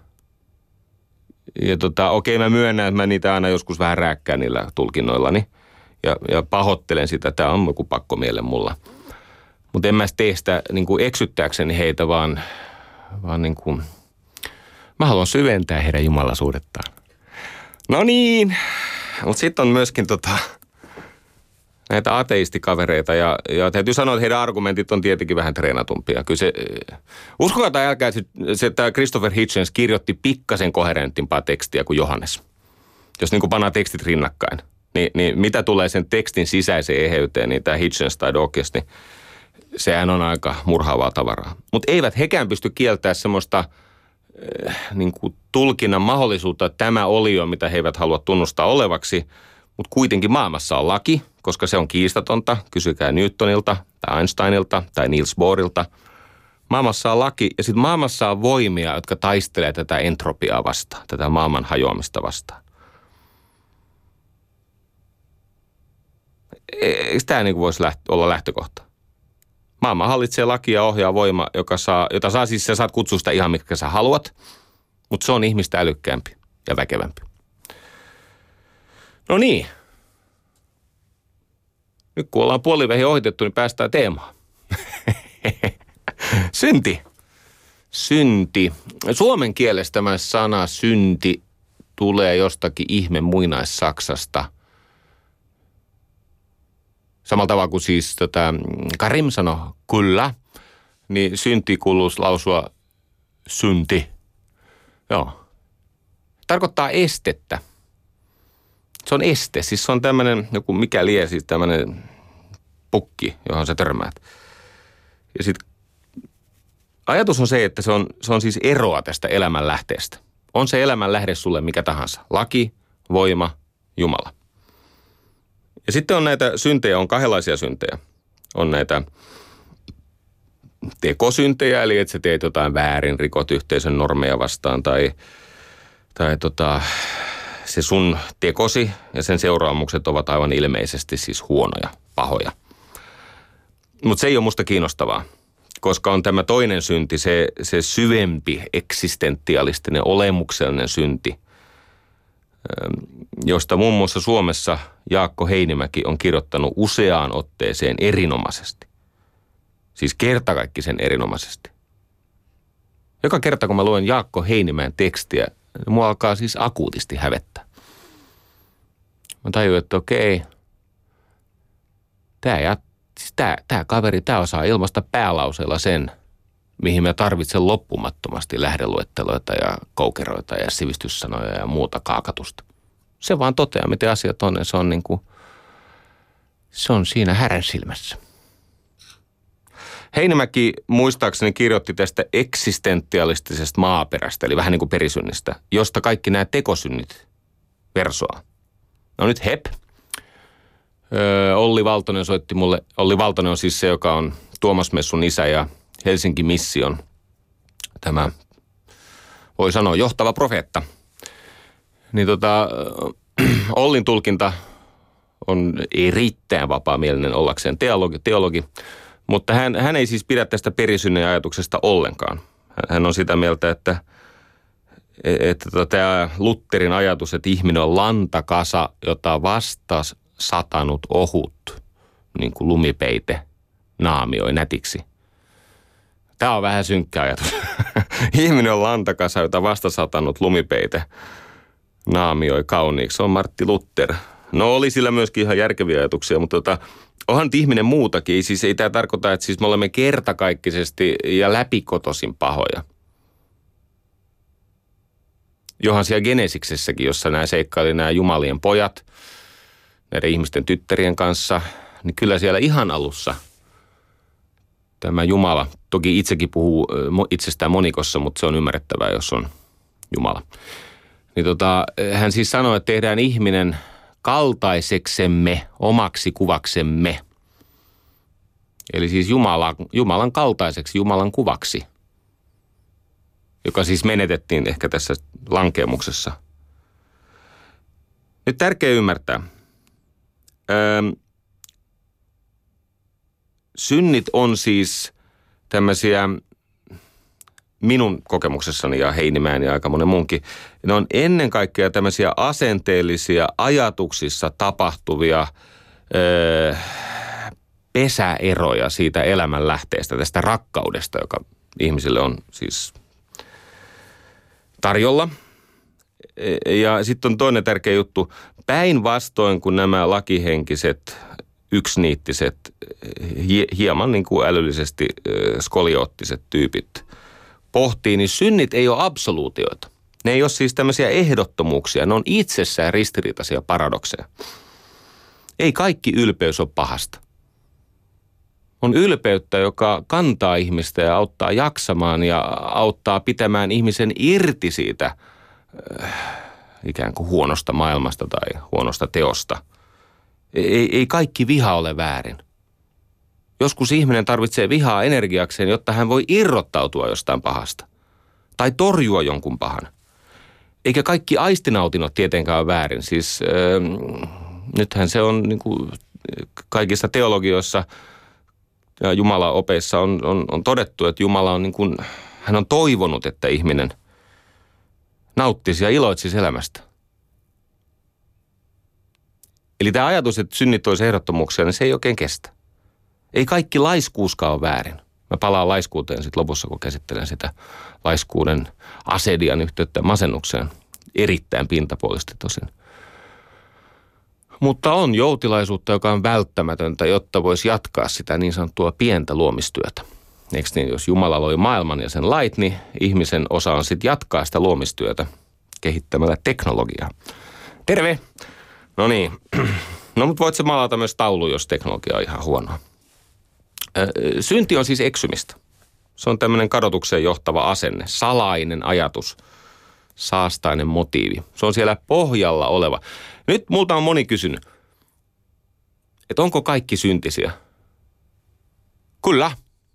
S3: Ja okei, mä myönnän, että mä niitä aina joskus vähän rääkkään niillä tulkinnoillani. Ja pahoittelen sitä, tää on joku pakkomielle mulla. Mutta en mä tee sitä niin kuin eksyttääkseni heitä, vaan niin kuin, mä haluan syventää heidän jumalasuudettaan. No niin, mutta sitten on myöskin näitä ateistikavereita ja täytyy sanoa, että heidän argumentit on tietenkin vähän treenatumpia. Kyllä se, uskokaa tai älkää, että Christopher Hitchens kirjoitti pikkasen koherenttimpaa tekstiä kuin Johannes. Jos niin kuin pannaan tekstit rinnakkain, niin mitä tulee sen tekstin sisäiseen eheyteen, niin tämä Hitchens tai Dawkins, niin sehän on aika murhaavaa tavaraa. Mutta eivät hekään pysty kieltämään semmoista niin kuin tulkinnan mahdollisuutta, että tämä olio, mitä he eivät halua tunnustaa olevaksi, mutta kuitenkin maailmassa on laki, koska se on kiistatonta. Kysykää Newtonilta tai Einsteinilta tai Niels Bohrilta. Maailmassa on laki ja sitten maailmassa on voimia, jotka taistelee tätä entropiaa vastaan, tätä maailman hajoamista vastaan. Eikö tämä niin kuin voisi olla lähtökohta? Maailma hallitsee lakia ja ohjaa voima, jota saa siis, sä saat kutsua sitä ihan mitkä sä haluat, mutta se on ihmistä älykkäämpi ja väkevämpi. No niin. Nyt kun ollaan puolivähin ohitettu, niin päästään teemaan. Synti. Suomen kielessä tämä sana synti tulee jostakin ihme muinaissaksasta. Samalla tavalla kuin siis Karim sanoi kyllä, niin synti kuuluisi lausua synti. Joo. Tarkoittaa estettä. Se on este, siis se on tämmöinen, joku mikä lie, siis tämmöinen pukki, johon sä törmäät. Ja sitten ajatus on se, että se on siis eroa tästä elämänlähteestä. On se elämänlähde sulle mikä tahansa. Laki, voima, Jumala. Ja sitten on näitä syntejä, on kahdenlaisia syntejä. On näitä tekosyntejä, eli että sä teet jotain väärin, rikot yhteisön normeja vastaan tai se sun tekosi ja sen seuraamukset ovat aivan ilmeisesti siis huonoja, pahoja. Mutta se ei ole musta kiinnostavaa, koska on tämä toinen synti, se syvempi, eksistentialistinen, olemuksellinen synti, josta muun muassa Suomessa Jaakko Heinimäki on kirjoittanut useaan otteeseen erinomaisesti. Siis kertakaikkisen erinomaisesti. Joka kerta, kun mä luen Jaakko Heinimäen tekstiä, mua alkaa siis akuutisti hävettää. Mä tajuin, että okei, tämä kaveri, tämä osaa ilmaista päälauseella sen, mihin mä tarvitsen loppumattomasti lähdeluetteloita ja koukeroita ja sivistyssanoja ja muuta kaakatusta. Se vaan toteaa, miten asiat on, ja se on siinä härän silmässä. Heinimäki muistaakseni kirjoitti tästä eksistentialistisesta maaperästä, eli vähän niin kuin perisynnistä, josta kaikki nämä tekosynnit versoaa. No nyt hep. Olli Valtonen soitti mulle. Olli Valtonen on siis se, joka on Tuomas Messun isä ja Helsinki Mission tämä, voi sanoa, johtava profeetta. Niin Ollin tulkinta on erittäin vapaamielinen ollakseen teologi, mutta hän ei siis pidä tästä perisynnen ajatuksesta ollenkaan. Hän on sitä mieltä, että tämä Lutherin ajatus, että ihminen on lantakasa, jota vasta satanut ohut, niin kuin lumipeite, naamioi nätiksi. Tämä on vähän synkkä ajatus. Ihminen on lantakasa, jota vasta satanut lumipeite, naamioi kauniiksi. Se on Martti Luther. No oli sillä myöskin ihan järkeviä ajatuksia, mutta onhan nyt ihminen muutakin. Siis ei tämä tarkoita, että siis me olemme kertakaikkisesti ja läpikotosin pahoja. Johan siellä Genesiksessäkin, jossa nämä seikkaili nämä jumalien pojat, näiden ihmisten tyttärien kanssa, niin kyllä siellä ihan alussa tämä Jumala, toki itsekin puhuu itsestään monikossa, mutta se on ymmärrettävää, jos on Jumala. Niin hän siis sanoi, että tehdään ihminen kaltaiseksemme, omaksi kuvaksemme. Eli siis Jumalan kaltaiseksi, Jumalan kuvaksi, joka siis menetettiin ehkä tässä lankeemuksessa. Nyt tärkeä ymmärtää. Synnit on siis tämmöisiä, minun kokemuksessani ja Heinimäen ja aika monen muunkin, ne on ennen kaikkea tämmöisiä asenteellisia, ajatuksissa tapahtuvia pesäeroja siitä elämänlähteestä, tästä rakkaudesta, joka ihmisille on siis tarjolla. Ja sitten on toinen tärkeä juttu. Päinvastoin kuin nämä lakihenkiset, yksiniittiset, hieman niin kuin älyllisesti skolioottiset tyypit pohtii, niin synnit ei ole absoluutioita. Ne ei ole siis tämmöisiä ehdottomuuksia. Ne on itsessään ristiriitaisia paradokseja. Ei kaikki ylpeys ole pahasta. On ylpeyttä, joka kantaa ihmistä ja auttaa jaksamaan ja auttaa pitämään ihmisen irti siitä ikään kuin huonosta maailmasta tai huonosta teosta. Ei kaikki viha ole väärin. Joskus ihminen tarvitsee vihaa energiakseen, jotta hän voi irrottautua jostain pahasta. Tai torjua jonkun pahan. Eikä kaikki aistinautinnot tietenkään ole väärin. Siis nythän se on niin kuin kaikissa teologioissa ja Jumalan opeissa on todettu, että Jumala on niin kuin, hän on toivonut, että ihminen nauttisi ja iloitsisi elämästä. Eli tämä ajatus, että synnit olisi ehdottomuuksia, niin se ei oikein kestä. Ei kaikki laiskuuskaan ole väärin. Mä palaan laiskuuteen sitten lopussa, kun käsittelen sitä laiskuuden asedian yhteyttä masennukseen. Erittäin pintapuolisesti tosin. Mutta on joutilaisuutta, joka on välttämätöntä, jotta voisi jatkaa sitä niin sanottua pientä luomistyötä. Eikö niin, jos Jumala loi maailman ja sen lait, niin ihmisen osa on sitten jatkaa sitä luomistyötä kehittämällä teknologiaa. Terve! No niin. No mutta voit se maalata myös taulu, jos teknologia on ihan huonoa. Synti on siis eksymistä. Se on tämmöinen kadotukseen johtava asenne, salainen ajatus, saastainen motiivi. Se on siellä pohjalla oleva. Nyt multa on moni kysynyt, että onko kaikki syntisiä? Kyllä.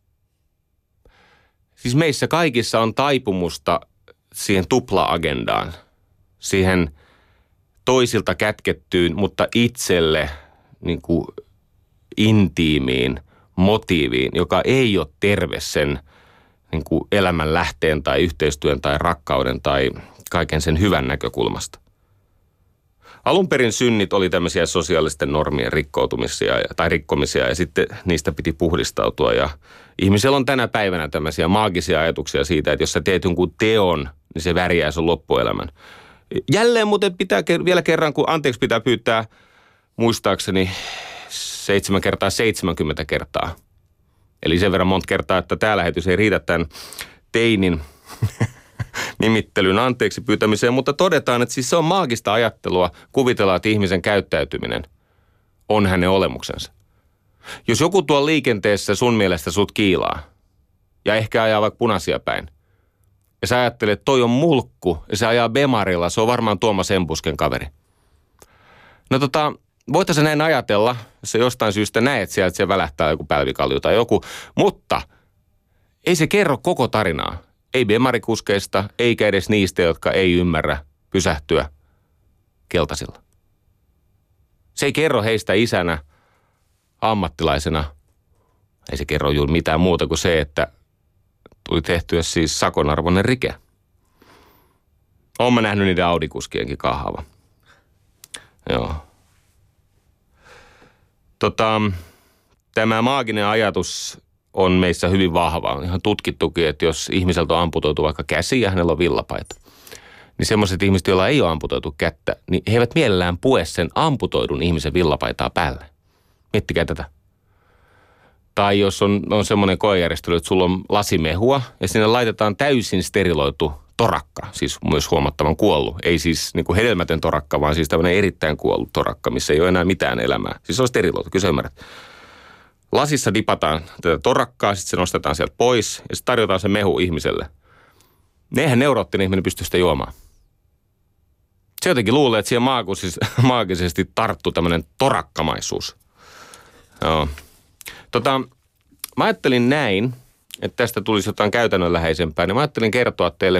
S3: Siis meissä kaikissa on taipumusta siihen tupla-agendaan, siihen toisilta kätkettyyn, mutta itselle niin kuin intiimiin motiiviin, joka ei ole terve sen niin kuin elämän lähteen tai yhteistyön tai rakkauden tai kaiken sen hyvän näkökulmasta. Alun perin synnit oli tämmöisiä sosiaalisten normien rikkomisia ja sitten niistä piti puhdistautua. Ja ihmisellä on tänä päivänä tämmöisiä maagisia ajatuksia siitä, että jos sä teet jonkun teon, niin se värjää sun loppuelämän. Jälleen muuten pitää vielä kerran, kun anteeksi pitää pyytää muistaakseni 7 kertaa 70 kertaa. Eli sen verran monta kertaa, että tämä lähetys ei riitä tämän teinin nimittelyn anteeksi pyytämiseen, mutta todetaan, että siis se on maagista ajattelua kuvitella, että ihmisen käyttäytyminen on hänen olemuksensa. Jos joku tuolla liikenteessä sun mielestä sut kiilaa ja ehkä ajaa vaikka punaisia päin, ja sä ajattelet, että toi on mulkku ja se ajaa bemarilla, se on varmaan Tuomas Embusken kaveri. No voitaisiin näin ajatella, jos sä jostain syystä näet sieltä, että se välähtää joku pälvikalju tai joku, mutta ei se kerro koko tarinaa. Ei bemarikuskeista, eikä edes niistä, jotka ei ymmärrä pysähtyä keltaisilla. Se ei kerro heistä isänä, ammattilaisena. Ei se kerro juuri mitään muuta kuin se, että tuli tehtyä siis sakonarvoinen rike. Olen mä nähnyt niiden Audi-kuskienkin kahava. Joo. Tämä maaginen ajatus on meissä hyvin vahva. On ihan tutkittukin, että jos ihmiseltä on amputoitu vaikka käsi ja hänellä on villapaita, niin semmoiset ihmiset, joilla ei ole amputoitu kättä, niin he eivät mielellään pue sen amputoidun ihmisen villapaitaa päälle. Miettikää tätä. Tai jos on semmoinen koejärjestely, että sulla on lasimehua ja sinne laitetaan täysin steriloitu torakka, siis myös huomattavan kuollut. Ei siis niin kuin hedelmätön torakka, vaan siis tämmöinen erittäin kuollut torakka, missä ei ole enää mitään elämää. Siis se on steriloitu, kyllä sä ymmärrät. Lasissa dipataan tätä torakkaa, sitten se nostetaan sieltä pois ja sitten tarjotaan se mehu ihmiselle. Eihän neuroottinen ihminen pysty sitä juomaan. Se jotenkin luulee, että siihen maagisesti tarttuu tämmöinen torakkamaisuus. Joo. Mä ajattelin näin, että tästä tulisi jotain käytännönläheisempää, niin mä ajattelin kertoa teille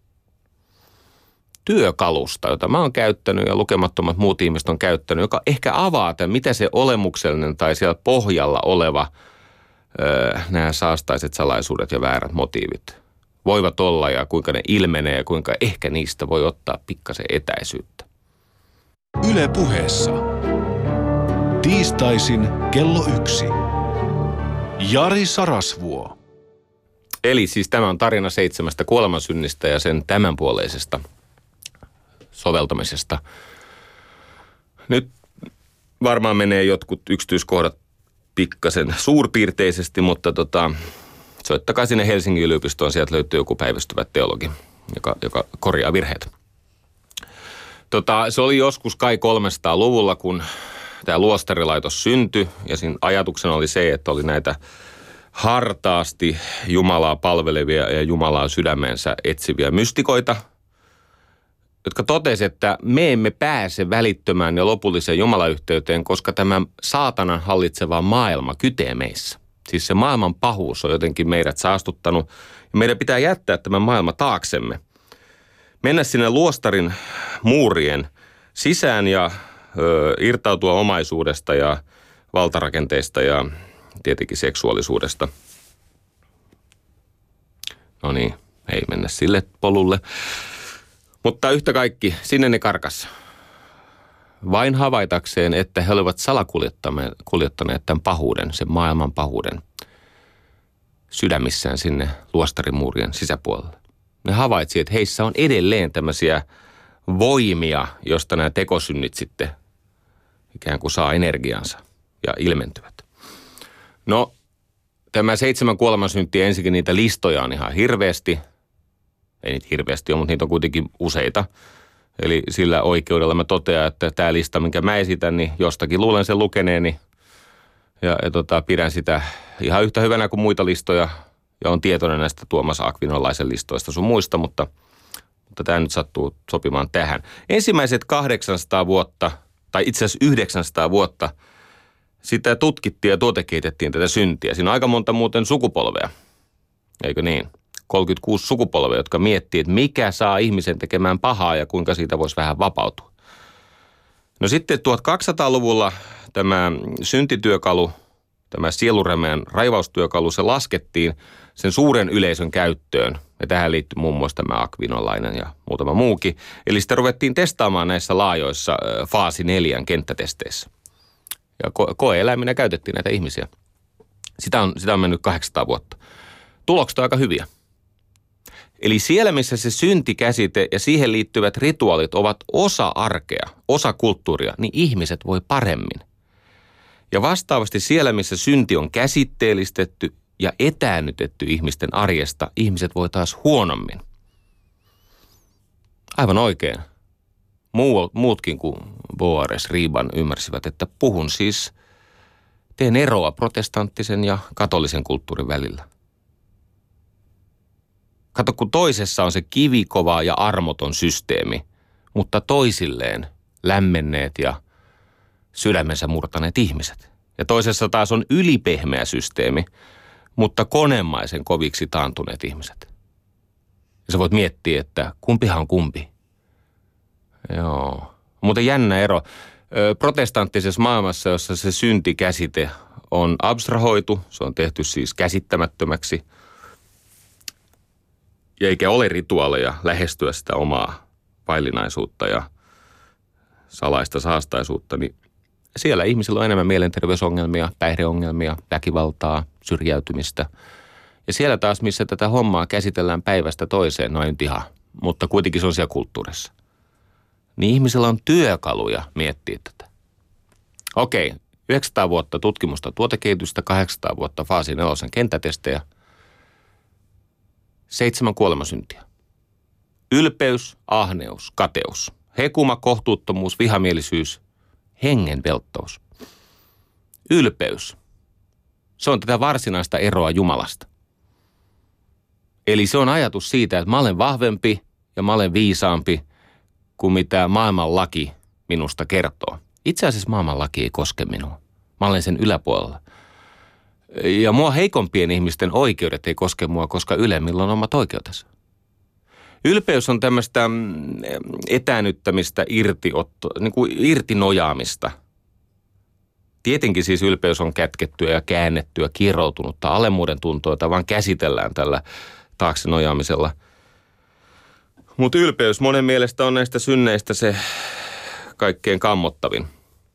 S3: työkalusta, jota mä oon käyttänyt ja lukemattomat muut ihmiset on käyttänyt, joka ehkä avaa tämän, mitä se olemuksellinen tai siellä pohjalla oleva nämä saastaiset salaisuudet ja väärät motiivit voivat olla ja kuinka ne ilmenee ja kuinka ehkä niistä voi ottaa pikkasen etäisyyttä.
S2: Yle Puheessa. Tiistaisin kello 1. Jari Sarasvuo.
S3: Eli siis tämä on tarina 7 kuolemansynnistä ja sen tämänpuoleisesta soveltamisesta. Nyt varmaan menee jotkut yksityiskohdat pikkasen suurpiirteisesti, mutta soittakaa sinne Helsingin yliopistoon, sieltä löytyy joku päivystävä teologi, joka korjaa virheet. Se oli joskus kai 300-luvulla, kun tämä luostarilaitos syntyi ja siinä ajatuksena oli se, että oli näitä hartaasti Jumalaa palvelevia ja Jumalaa sydämensä etsiviä mystikoita, jotka totesi, että me emme pääse välittömään ja lopulliseen Jumalayhteyteen, koska tämä saatanan hallitseva maailma kytee meissä. Siis se maailman pahuus on jotenkin meidät saastuttanut ja meidän pitää jättää tämä maailma taaksemme. Mennä sinne luostarin muurien sisään ja irtautua omaisuudesta ja valtarakenteista ja tietenkin seksuaalisuudesta. No niin, ei mennä sille polulle. Mutta yhtä kaikki, sinne ne karkas. vain havaitakseen, että he olivat salakuljettaneet tämän pahuuden, sen maailman pahuuden sydämissään sinne luostarimuurien sisäpuolelle. Ne havaitsi, että heissä on edelleen tämmöisiä voimia, josta nämä tekosynnit sitten ikään kuin saa energiansa ja ilmentyvät. No, tämä 7 kuolemansyntiä, ensinnäkin niitä listoja on ihan hirveästi. Ei niitä hirveästi ole, mutta niitä on kuitenkin useita. Eli sillä oikeudella mä totean, että tämä lista, minkä mä esitän, niin jostakin luulen sen lukeneeni. Ja pidän sitä ihan yhtä hyvänä kuin muita listoja. Ja on tietoinen näistä Tuomas Akvinolaisen listoista sun muista, mutta tämä nyt sattuu sopimaan tähän. Ensimmäiset 800 vuotta, tai itse asiassa 900 vuotta, sitä tutkittiin ja tuotekehitettiin tätä syntiä. Siinä on aika monta muuten sukupolvea, eikö niin? 36 sukupolvea, jotka miettii, että mikä saa ihmisen tekemään pahaa ja kuinka siitä voisi vähän vapautua. No sitten 1200-luvulla tämä syntityökalu, tämä sielunrämeen raivaustyökalu, se laskettiin sen suuren yleisön käyttöön. Ja tähän liittyy muun muassa tämä Akvinolainen ja muutama muukin. Eli sitä ruvettiin testaamaan näissä laajoissa faasi 4 kenttätesteissä. Ja koe-eläiminä käytettiin näitä ihmisiä. Sitä on mennyt 800 vuotta. Tulokset on aika hyviä. Eli siellä, missä se syntikäsite ja siihen liittyvät rituaalit ovat osa arkea, osa kulttuuria, niin ihmiset voi paremmin. Ja vastaavasti siellä, missä synti on käsitteellistetty ja etäännytetty ihmisten arjesta, ihmiset voi taas huonommin. Aivan oikein. Muutkin kuin Boares Riban ymmärsivät, että teen eroa protestanttisen ja katolisen kulttuurin välillä. Kato, kun toisessa on se kivikova ja armoton systeemi, mutta toisilleen lämmenneet ja sydämensä murtaneet ihmiset. Ja toisessa taas on ylipehmeä systeemi, mutta konemaisen koviksi taantuneet ihmiset. Ja sä voit miettiä, että kumpihan on kumpi. Joo. Muuten jännä ero. Protestanttisessa maailmassa, jossa se syntikäsite on abstrahoitu, se on tehty siis käsittämättömäksi, ja eikä ole rituaaleja lähestyä sitä omaa vaillinaisuutta ja salaista saastaisuutta, niin siellä ihmisillä on enemmän mielenterveysongelmia, päihdeongelmia, väkivaltaa, syrjäytymistä. Ja siellä taas, missä tätä hommaa käsitellään päivästä toiseen, no ei nyt ihan, mutta kuitenkin se on siellä kulttuurissa. Niin ihmisillä on työkaluja miettiä tätä. Okei, 900 vuotta tutkimusta tuotekehitystä, 800 vuotta faasi 4 kenttätestejä, 7 kuolemansyntiä. Ylpeys, ahneus, kateus, hekuma, kohtuuttomuus, vihamielisyys, hengenvelttous. Ylpeys. Se on tätä varsinaista eroa Jumalasta. Eli se on ajatus siitä, että mä olen vahvempi ja mä olen viisaampi kuin mitä maailman laki minusta kertoo. Itse asiassa maailman laki ei koske minua. Mä olen sen yläpuolella. Ja mua heikompien ihmisten oikeudet ei koske mua, koska ylemmillä on omat oikeutensa. Ylpeys on tämmöistä etäännyttämistä, niin kuin irtinojaamista. Tietenkin siis ylpeys on kätkettyä ja käännettyä, kieroutunutta alemmuuden tuntoa, jota vaan käsitellään tällä taakse nojaamisella. Mutta ylpeys monen mielestä on näistä synneistä se kaikkein kammottavin.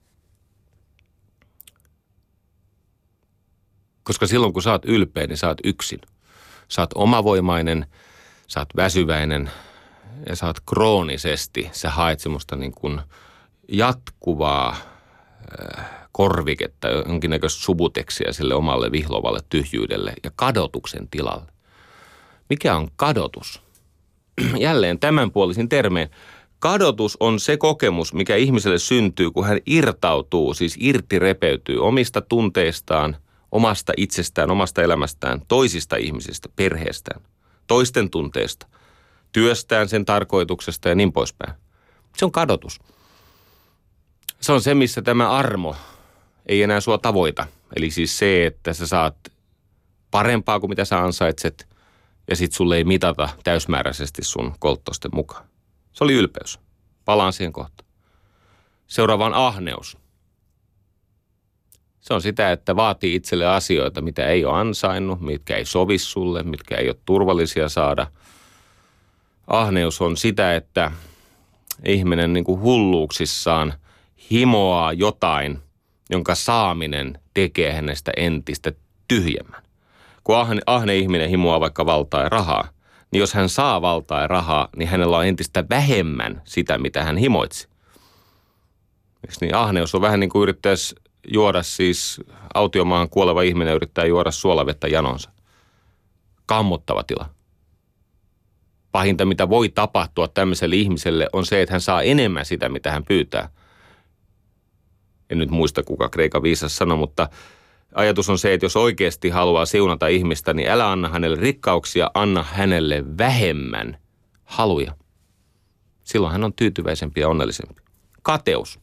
S3: Koska silloin kun sä oot ylpeä, niin sä oot yksin. Sä oot omavoimainen, sä oot väsyväinen ja sä oot kroonisesti. Sä haet semmoista niin kuin jatkuvaa korviketta, jonkinnäköistä subuteksia sille omalle vihlovalle tyhjyydelle ja kadotuksen tilalle. Mikä on kadotus? Jälleen tämänpuolisin termein. Kadotus on se kokemus, mikä ihmiselle syntyy, kun hän irtautuu, siis irtirepeytyy omista tunteistaan, omasta itsestään, omasta elämästään, toisista ihmisistä, perheestään, toisten tunteista, työstään, sen tarkoituksesta ja niin poispäin. Se on kadotus. Se on se, missä tämä armo ei enää sua tavoita. Eli siis se, että sä saat parempaa kuin mitä sä ansaitset ja sit sulle ei mitata täysmääräisesti sun kolttosten mukaan. Se oli ylpeys. Palaan siihen kohtaan. Seuraava on ahneus. Se on sitä, että vaatii itselle asioita, mitä ei ole ansainnut, mitkä ei sovi sulle, mitkä ei ole turvallisia saada. Ahneus on sitä, että ihminen niin kuin hulluuksissaan himoaa jotain, jonka saaminen tekee hänestä entistä tyhjemmän. Kun ahne ihminen himoaa vaikka valtaa ja rahaa, niin jos hän saa valtaa ja rahaa, niin hänellä on entistä vähemmän sitä, mitä hän himoitsi. Eikö niin? Ahneus on vähän niin kuin yrittäisi juoda siis autiomaahan kuoleva ihminen yrittää juoda suolavettä janonsa. Kammottava tila. Pahinta, mitä voi tapahtua tämmöiselle ihmiselle, on se, että hän saa enemmän sitä, mitä hän pyytää. En nyt muista, kuka Kreikan viisas sanoi, mutta ajatus on se, että jos oikeasti haluaa siunata ihmistä, niin älä anna hänelle rikkauksia, anna hänelle vähemmän haluja. Silloin hän on tyytyväisempi ja onnellisempi. Kateus.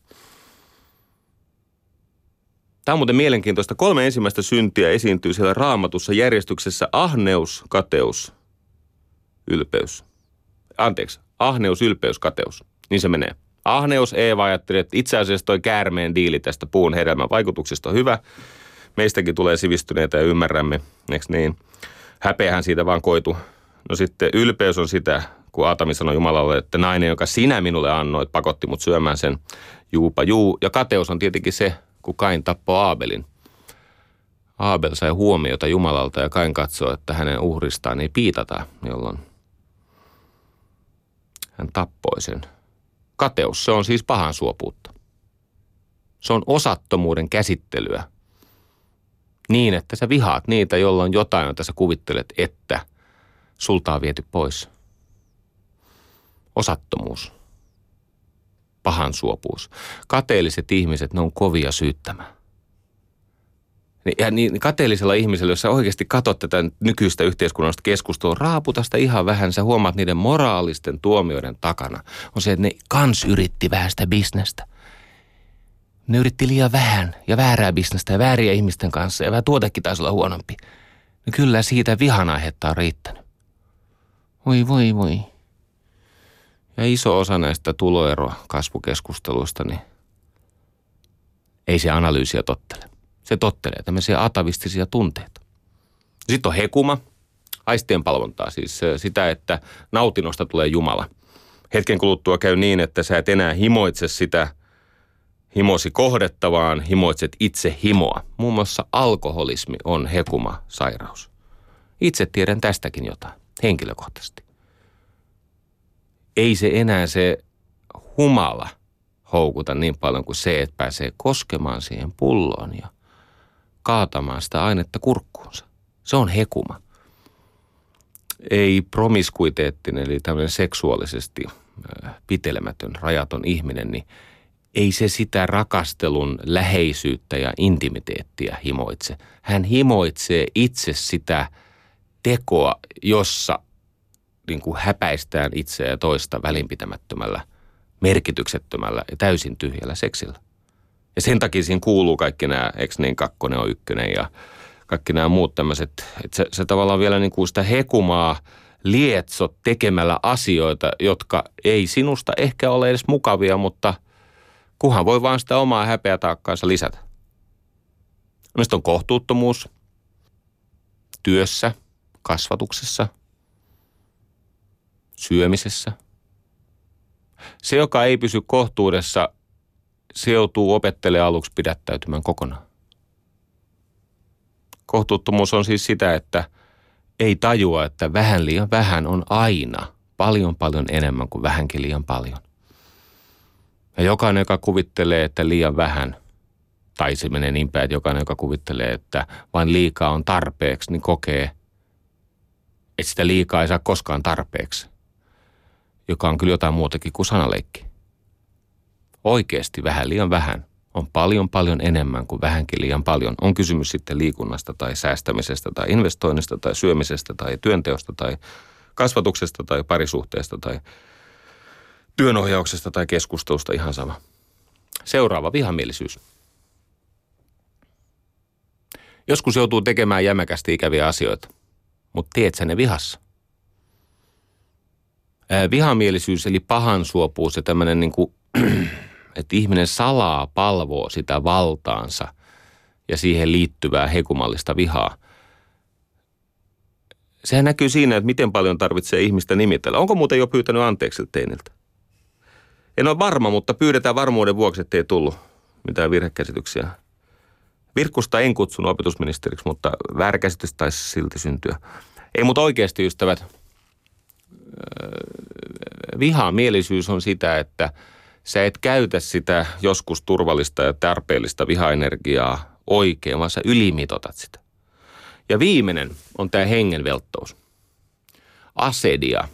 S3: Tämä on muuten mielenkiintoista. 3 ensimmäistä syntiä esiintyy siellä Raamatussa järjestyksessä ahneus, kateus, ylpeys. Ahneus, ylpeys, kateus. Niin se menee. Ahneus, Eeva ajatteli, että itse asiassa toi käärmeen diili tästä puun hedelmän vaikutuksista on hyvä. Meistäkin tulee sivistyneitä ja ymmärrämme, eikö niin? Häpeähän siitä vaan koitu. No sitten ylpeys on sitä, kun Aatami sanoi Jumalalle, että nainen, joka sinä minulle annoit, pakotti mut syömään sen juupa juu. Ja kateus on tietenkin se, kun Kain tappoi Aabelin. Aabel sai huomiota Jumalalta ja Kain katsoi, että hänen uhristaan ei piitata, jolloin hän tappoi sen. Kateus, se on siis pahan suopuutta. Se on osattomuuden käsittelyä niin, että sä vihaat niitä, jolla on jotain, jota sä kuvittelet, että sulta on viety pois. Osattomuus. Pahan suopuus. Kateelliset ihmiset, ne on kovia syyttämään. Ja niin kateellisella ihmisellä, jos sä oikeasti katsot tätä nykyistä yhteiskunnallista keskustelua, raaputa sitä ihan vähän, sä huomaat niiden moraalisten tuomioiden takana. On se, että ne kans yritti vähän sitä bisnestä. Ne yritti liian vähän ja väärää bisnestä ja vääriä ihmisten kanssa ja vähän tuotekin taisi olla huonompi. No kyllä siitä vihan aihetta on riittänyt. Voi. Ja iso osa näistä tuloero-kasvukeskusteluista, niin ei se analyysiä tottele. Se tottelee tämmöisiä atavistisia tunteita. Sitten on hekuma, aistien palvontaa, siis sitä, että nautinnosta tulee Jumala. Hetken kuluttua käy niin, että sä et enää himoitse sitä himosi kohdetta, vaan himoitset itse himoa. Muun muassa alkoholismi on hekuma-sairaus. Itse tiedän tästäkin jotain, henkilökohtaisesti. Ei se enää se humala houkuta niin paljon kuin se, että pääsee koskemaan siihen pulloon ja kaatamaan sitä ainetta kurkkuunsa. Se on hekuma. Ei promiskuiteettinen, eli tämmöinen seksuaalisesti pitelemätön, rajaton ihminen, niin ei se sitä rakastelun läheisyyttä ja intimiteettiä himoitse. Hän himoitsee itse sitä tekoa, jossa niin kuin häpäistään itseä ja toista välinpitämättömällä, merkityksettömällä ja täysin tyhjällä seksillä. Ja sen takia siinä kuuluu kaikki nämä, eikö niin, 2 on 1 ja kaikki nämä muut tämmöiset, että se tavallaan vielä niin kuin sitä hekumaa lietsot tekemällä asioita, jotka ei sinusta ehkä ole edes mukavia, mutta kunhan voi vaan sitä omaa häpeätaakkaansa lisätä. No sitten on kohtuuttomuus työssä, kasvatuksessa, syömisessä. Se, joka ei pysy kohtuudessa, se joutuu opettelemaan aluksi pidättäytymään kokonaan. Kohtuuttomuus on siis sitä, että ei tajua, että vähän liian vähän on aina paljon enemmän kuin vähänkin liian paljon. Ja jokainen, joka kuvittelee, että liian vähän, tai se menee niin päin, että jokainen, joka kuvittelee, että vain liikaa on tarpeeksi, niin kokee, että sitä liikaa ei saa koskaan tarpeeksi, joka on kyllä jotain muutakin kuin sanaleikki. Oikeasti vähän liian vähän on paljon enemmän kuin vähänkin liian paljon. On kysymys sitten liikunnasta tai säästämisestä tai investoinnista tai syömisestä tai työnteosta tai kasvatuksesta tai parisuhteesta tai työnohjauksesta tai keskustelusta, ihan sama. Seuraava, vihamielisyys. Joskus joutuu tekemään jämäkästi ikäviä asioita, mutta teet sä ne vihassa. Vihamielisyys eli pahansuopuus ja tämmöinen niin kuin että ihminen salaa palvoo sitä valtaansa ja siihen liittyvää hekumallista vihaa. Sehän näkyy siinä, että miten paljon tarvitsee ihmistä nimitellä. Onko muuten jo pyytänyt anteeksi teiniltä? En ole varma, mutta pyydetään varmuuden vuoksi, ettei tullut mitään virhekäsityksiä. Virkkusta en kutsunut opetusministeriksi, mutta väärä käsitys taisi silti syntyä. Ei, mutta oikeasti ystävät, vihamielisyys on sitä, että sä et käytä sitä joskus turvallista ja tarpeellista vihaenergiaa oikein, vaan sä ylimitotat sitä. Ja viimeinen on tämä hengenvelttous. Asedia.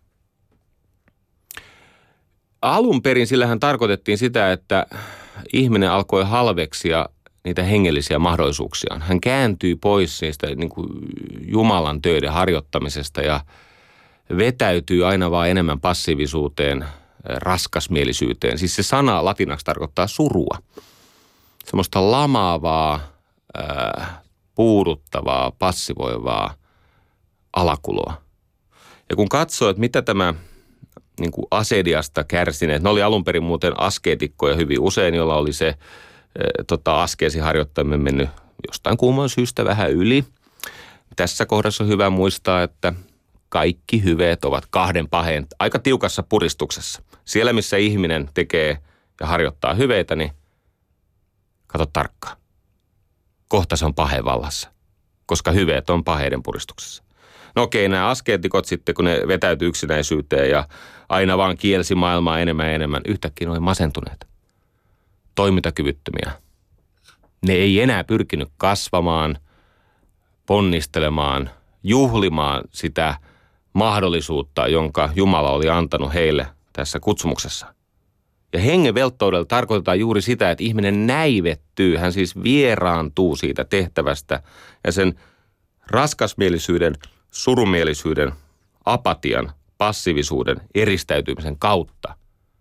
S3: Alun perin sillähän tarkoitettiin sitä, että ihminen alkoi halveksia niitä hengellisiä mahdollisuuksiaan. Hän kääntyi pois niistä niin kuin Jumalan töiden harjoittamisesta ja vetäytyy aina vaan enemmän passiivisuuteen, raskasmielisyyteen. Siis se sana latinaksi tarkoittaa surua. Semmoista lamaavaa, puuduttavaa, passivoivaa alakuloa. Ja kun katsoo, että mitä tämä niin kuin asediasta kärsineet, ne oli alun perin muuten askeetikkoja hyvin usein, jolla oli se askeesin harjoittaminen mennyt jostain kumman syystä vähän yli. Tässä kohdassa on hyvä muistaa, että kaikki hyveet ovat kahden paheen aika tiukassa puristuksessa. Siellä, missä ihminen tekee ja harjoittaa hyveitä, niin kato tarkkaan. Kohta se on paheen vallassa, koska hyveet on paheiden puristuksessa. No okei, nämä askeetikot sitten, kun ne vetäytyi yksinäisyyteen ja aina vaan kielsi maailmaa enemmän ja enemmän, yhtäkkiä ne oli masentuneet, toimintakyvyttömiä. Ne ei enää pyrkinyt kasvamaan, ponnistelemaan, juhlimaan sitä mahdollisuutta, jonka Jumala oli antanut heille tässä kutsumuksessa. Ja hengenvelttoudella tarkoitetaan juuri sitä, että ihminen näivettyy, hän siis vieraantuu siitä tehtävästä ja sen raskasmielisyyden, surumielisyyden, apatian, passiivisuuden, eristäytymisen kautta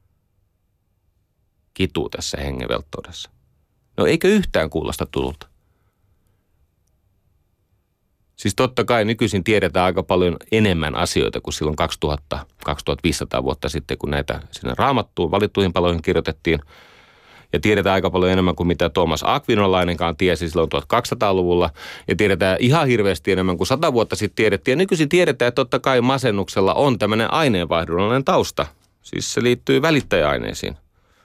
S3: kituu tässä hengenvelttoudessa. No eikö yhtään kuulosta tululta? Siis totta kai nykyisin tiedetään aika paljon enemmän asioita kuin silloin 2000-2500 vuotta sitten, kun näitä sinne Raamattuun valittuihin paloihin kirjoitettiin. Ja tiedetään aika paljon enemmän kuin mitä Tuomas Akvinolainenkaan tiesi silloin 1200-luvulla. Ja tiedetään ihan hirveästi enemmän kuin 100 vuotta sitten tiedettiin. Ja nykyisin tiedetään, että totta kai masennuksella on tämmöinen aineenvaihdunnallinen tausta. Siis se liittyy välittäjäaineisiin.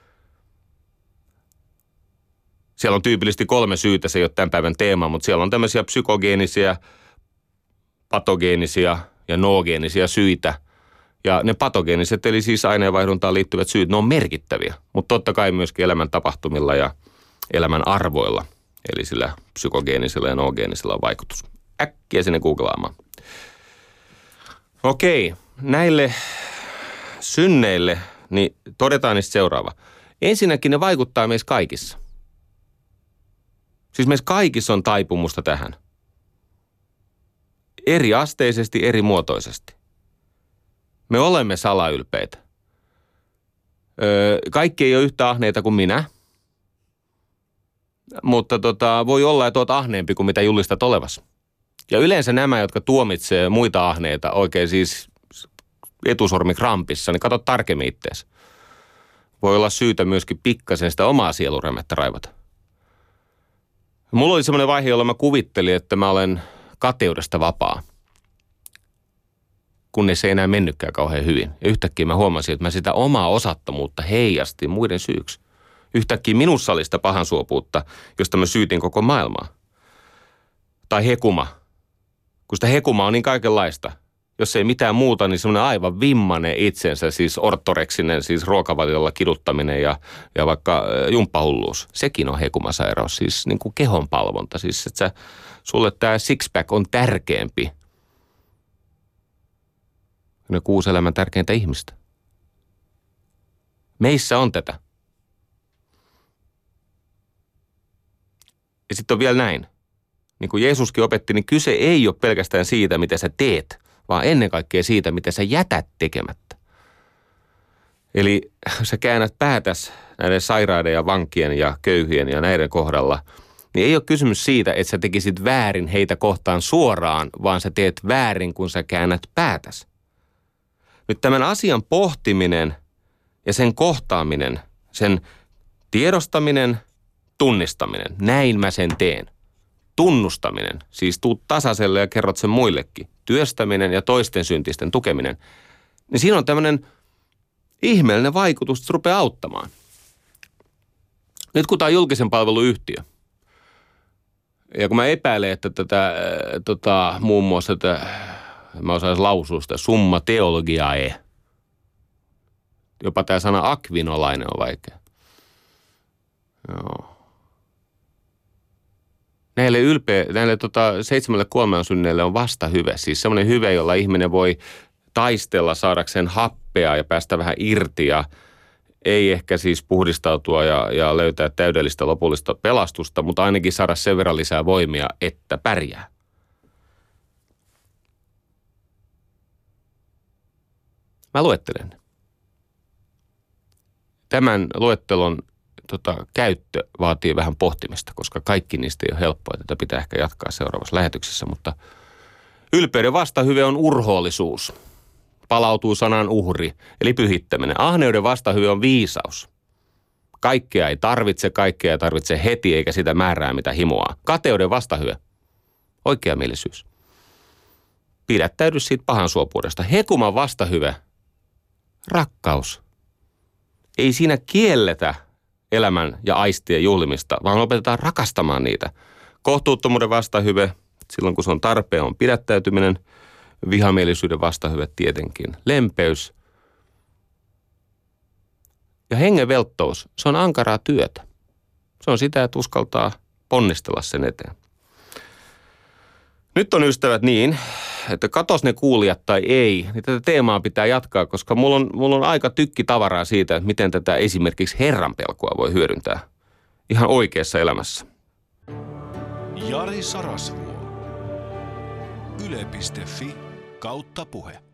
S3: Siellä on tyypillisesti 3 syytä, se ei ole tämän päivän teema, mutta siellä on tämmöisiä psykogeenisiä, patogeenisia ja noogeenisia syitä. Ja ne patogeeniset, eli siis aineenvaihduntaan liittyvät syyt, ne on merkittäviä, mutta totta kai myöskin elämän tapahtumilla ja elämän arvoilla, eli sillä psykogeenisellä ja noogeenisella on vaikutus. Äkkiä sinne googlaamaan. Okei, näille synneille, niin todetaan niistä seuraava. Ensinnäkin ne vaikuttaa meissä kaikissa. Siis meissä kaikissa on taipumusta tähän. Eri asteisesti, eri muotoisesti. Me olemme salaylpeitä. Kaikki ei ole yhtä ahneita kuin minä, mutta voi olla, että olet ahneempi kuin mitä julistat olevasi. Ja yleensä nämä, jotka tuomitsee muita ahneita oikein siis etusormi krampissa, niin katso tarkemmin ittees. Voi olla syytä myöskin pikkasen sitä omaa sielurämettä raivata. Mulla oli semmoinen vaihe, jolla mä kuvittelin, että mä olen kateudesta vapaa. Kunnes ei enää mennytkään kauhean hyvin. Ja yhtäkkiä mä huomasin, että mä sitä omaa osattomuutta heijastin muiden syyksi. Yhtäkkiä minussa oli sitä pahansuopuutta, josta mä syytin koko maailmaa. Tai hekuma. Kun sitä hekumaa on niin kaikenlaista. Jos ei mitään muuta, niin semmoinen aivan vimmainen itsensä, siis ortoreksinen, siis ruokavaliolla kiduttaminen ja vaikka jumppahulluus. Sekin on hekumasairaus, siis niin kuin kehonpalvonta. Siis että sulle tämä sixpack on tärkeämpi. Ne 6 elämän tärkeintä ihmistä. Meissä on tätä. Ja sitten on vielä näin. Niin kuin Jeesuskin opetti, niin kyse ei ole pelkästään siitä, mitä sä teet, vaan ennen kaikkea siitä, mitä sä jätät tekemättä. Eli sä käännät päätäs näiden sairaiden ja vankien ja köyhien ja näiden kohdalla, niin ei ole kysymys siitä, että sä tekisit väärin heitä kohtaan suoraan, vaan sä teet väärin, kun sä käännät päätäs. Nyt tämän asian pohtiminen ja sen kohtaaminen, sen tiedostaminen, tunnistaminen, näin mä sen teen. Tunnustaminen, siis tuut tasaiselle ja kerrot sen muillekin. Työstäminen ja toisten syntisten tukeminen. Niin siinä on tämmöinen ihmeellinen vaikutus, että se rupeaa auttamaan. Nyt kun tämä on julkisen palveluyhtiö, ja kun mä epäilen, että muun muassa mä osaisin lausua sitä summa theologiae, jopa tämä sana akvinolainen on vaikea. Joo. Näille 7 kuolemansynneille on vastahyve, siis semmoinen hyve, jolla ihminen voi taistella saadakseen happea ja päästä vähän irti ja ei ehkä siis puhdistautua ja löytää täydellistä lopullista pelastusta, mutta ainakin saada sen verran lisää voimia, että pärjää. Mä luettelen. Tämän luettelon käyttö vaatii vähän pohtimista, koska kaikki niistä ei ole helppoa. Tätä pitää ehkä jatkaa seuraavassa lähetyksessä, mutta ylpeyden vastahyve on urhoollisuus. Palautuu sanan uhri, eli pyhittäminen. Ahneuden vastahyve on viisaus. Kaikkea ei tarvitse heti, eikä sitä määrää, mitä himoaa. Kateuden vastahyve, oikeamielisyys. Pidättäydy siitä pahan suopuudesta. Hekuman vastahyve, rakkaus. Ei siinä kielletä elämän ja aistien juhlimista, vaan opetetaan rakastamaan niitä. Kohtuuttomuuden vastahyve, silloin kun se on tarpeen, on pidättäytyminen. Vihamielisyyden vastahyve tietenkin. Lempeys. Ja hengenvelttous, se on ankaraa työtä. Se on sitä, että uskaltaa ponnistella sen eteen. Nyt on ystävät niin, että katos ne kuulijat tai ei, niin tätä teemaa pitää jatkaa, koska mulla on aika tykki tavaraa siitä, että miten tätä esimerkiksi Herran pelkoa voi hyödyntää ihan oikeassa elämässä.
S2: Jari Sarasvuo. Yle.fi/puhe.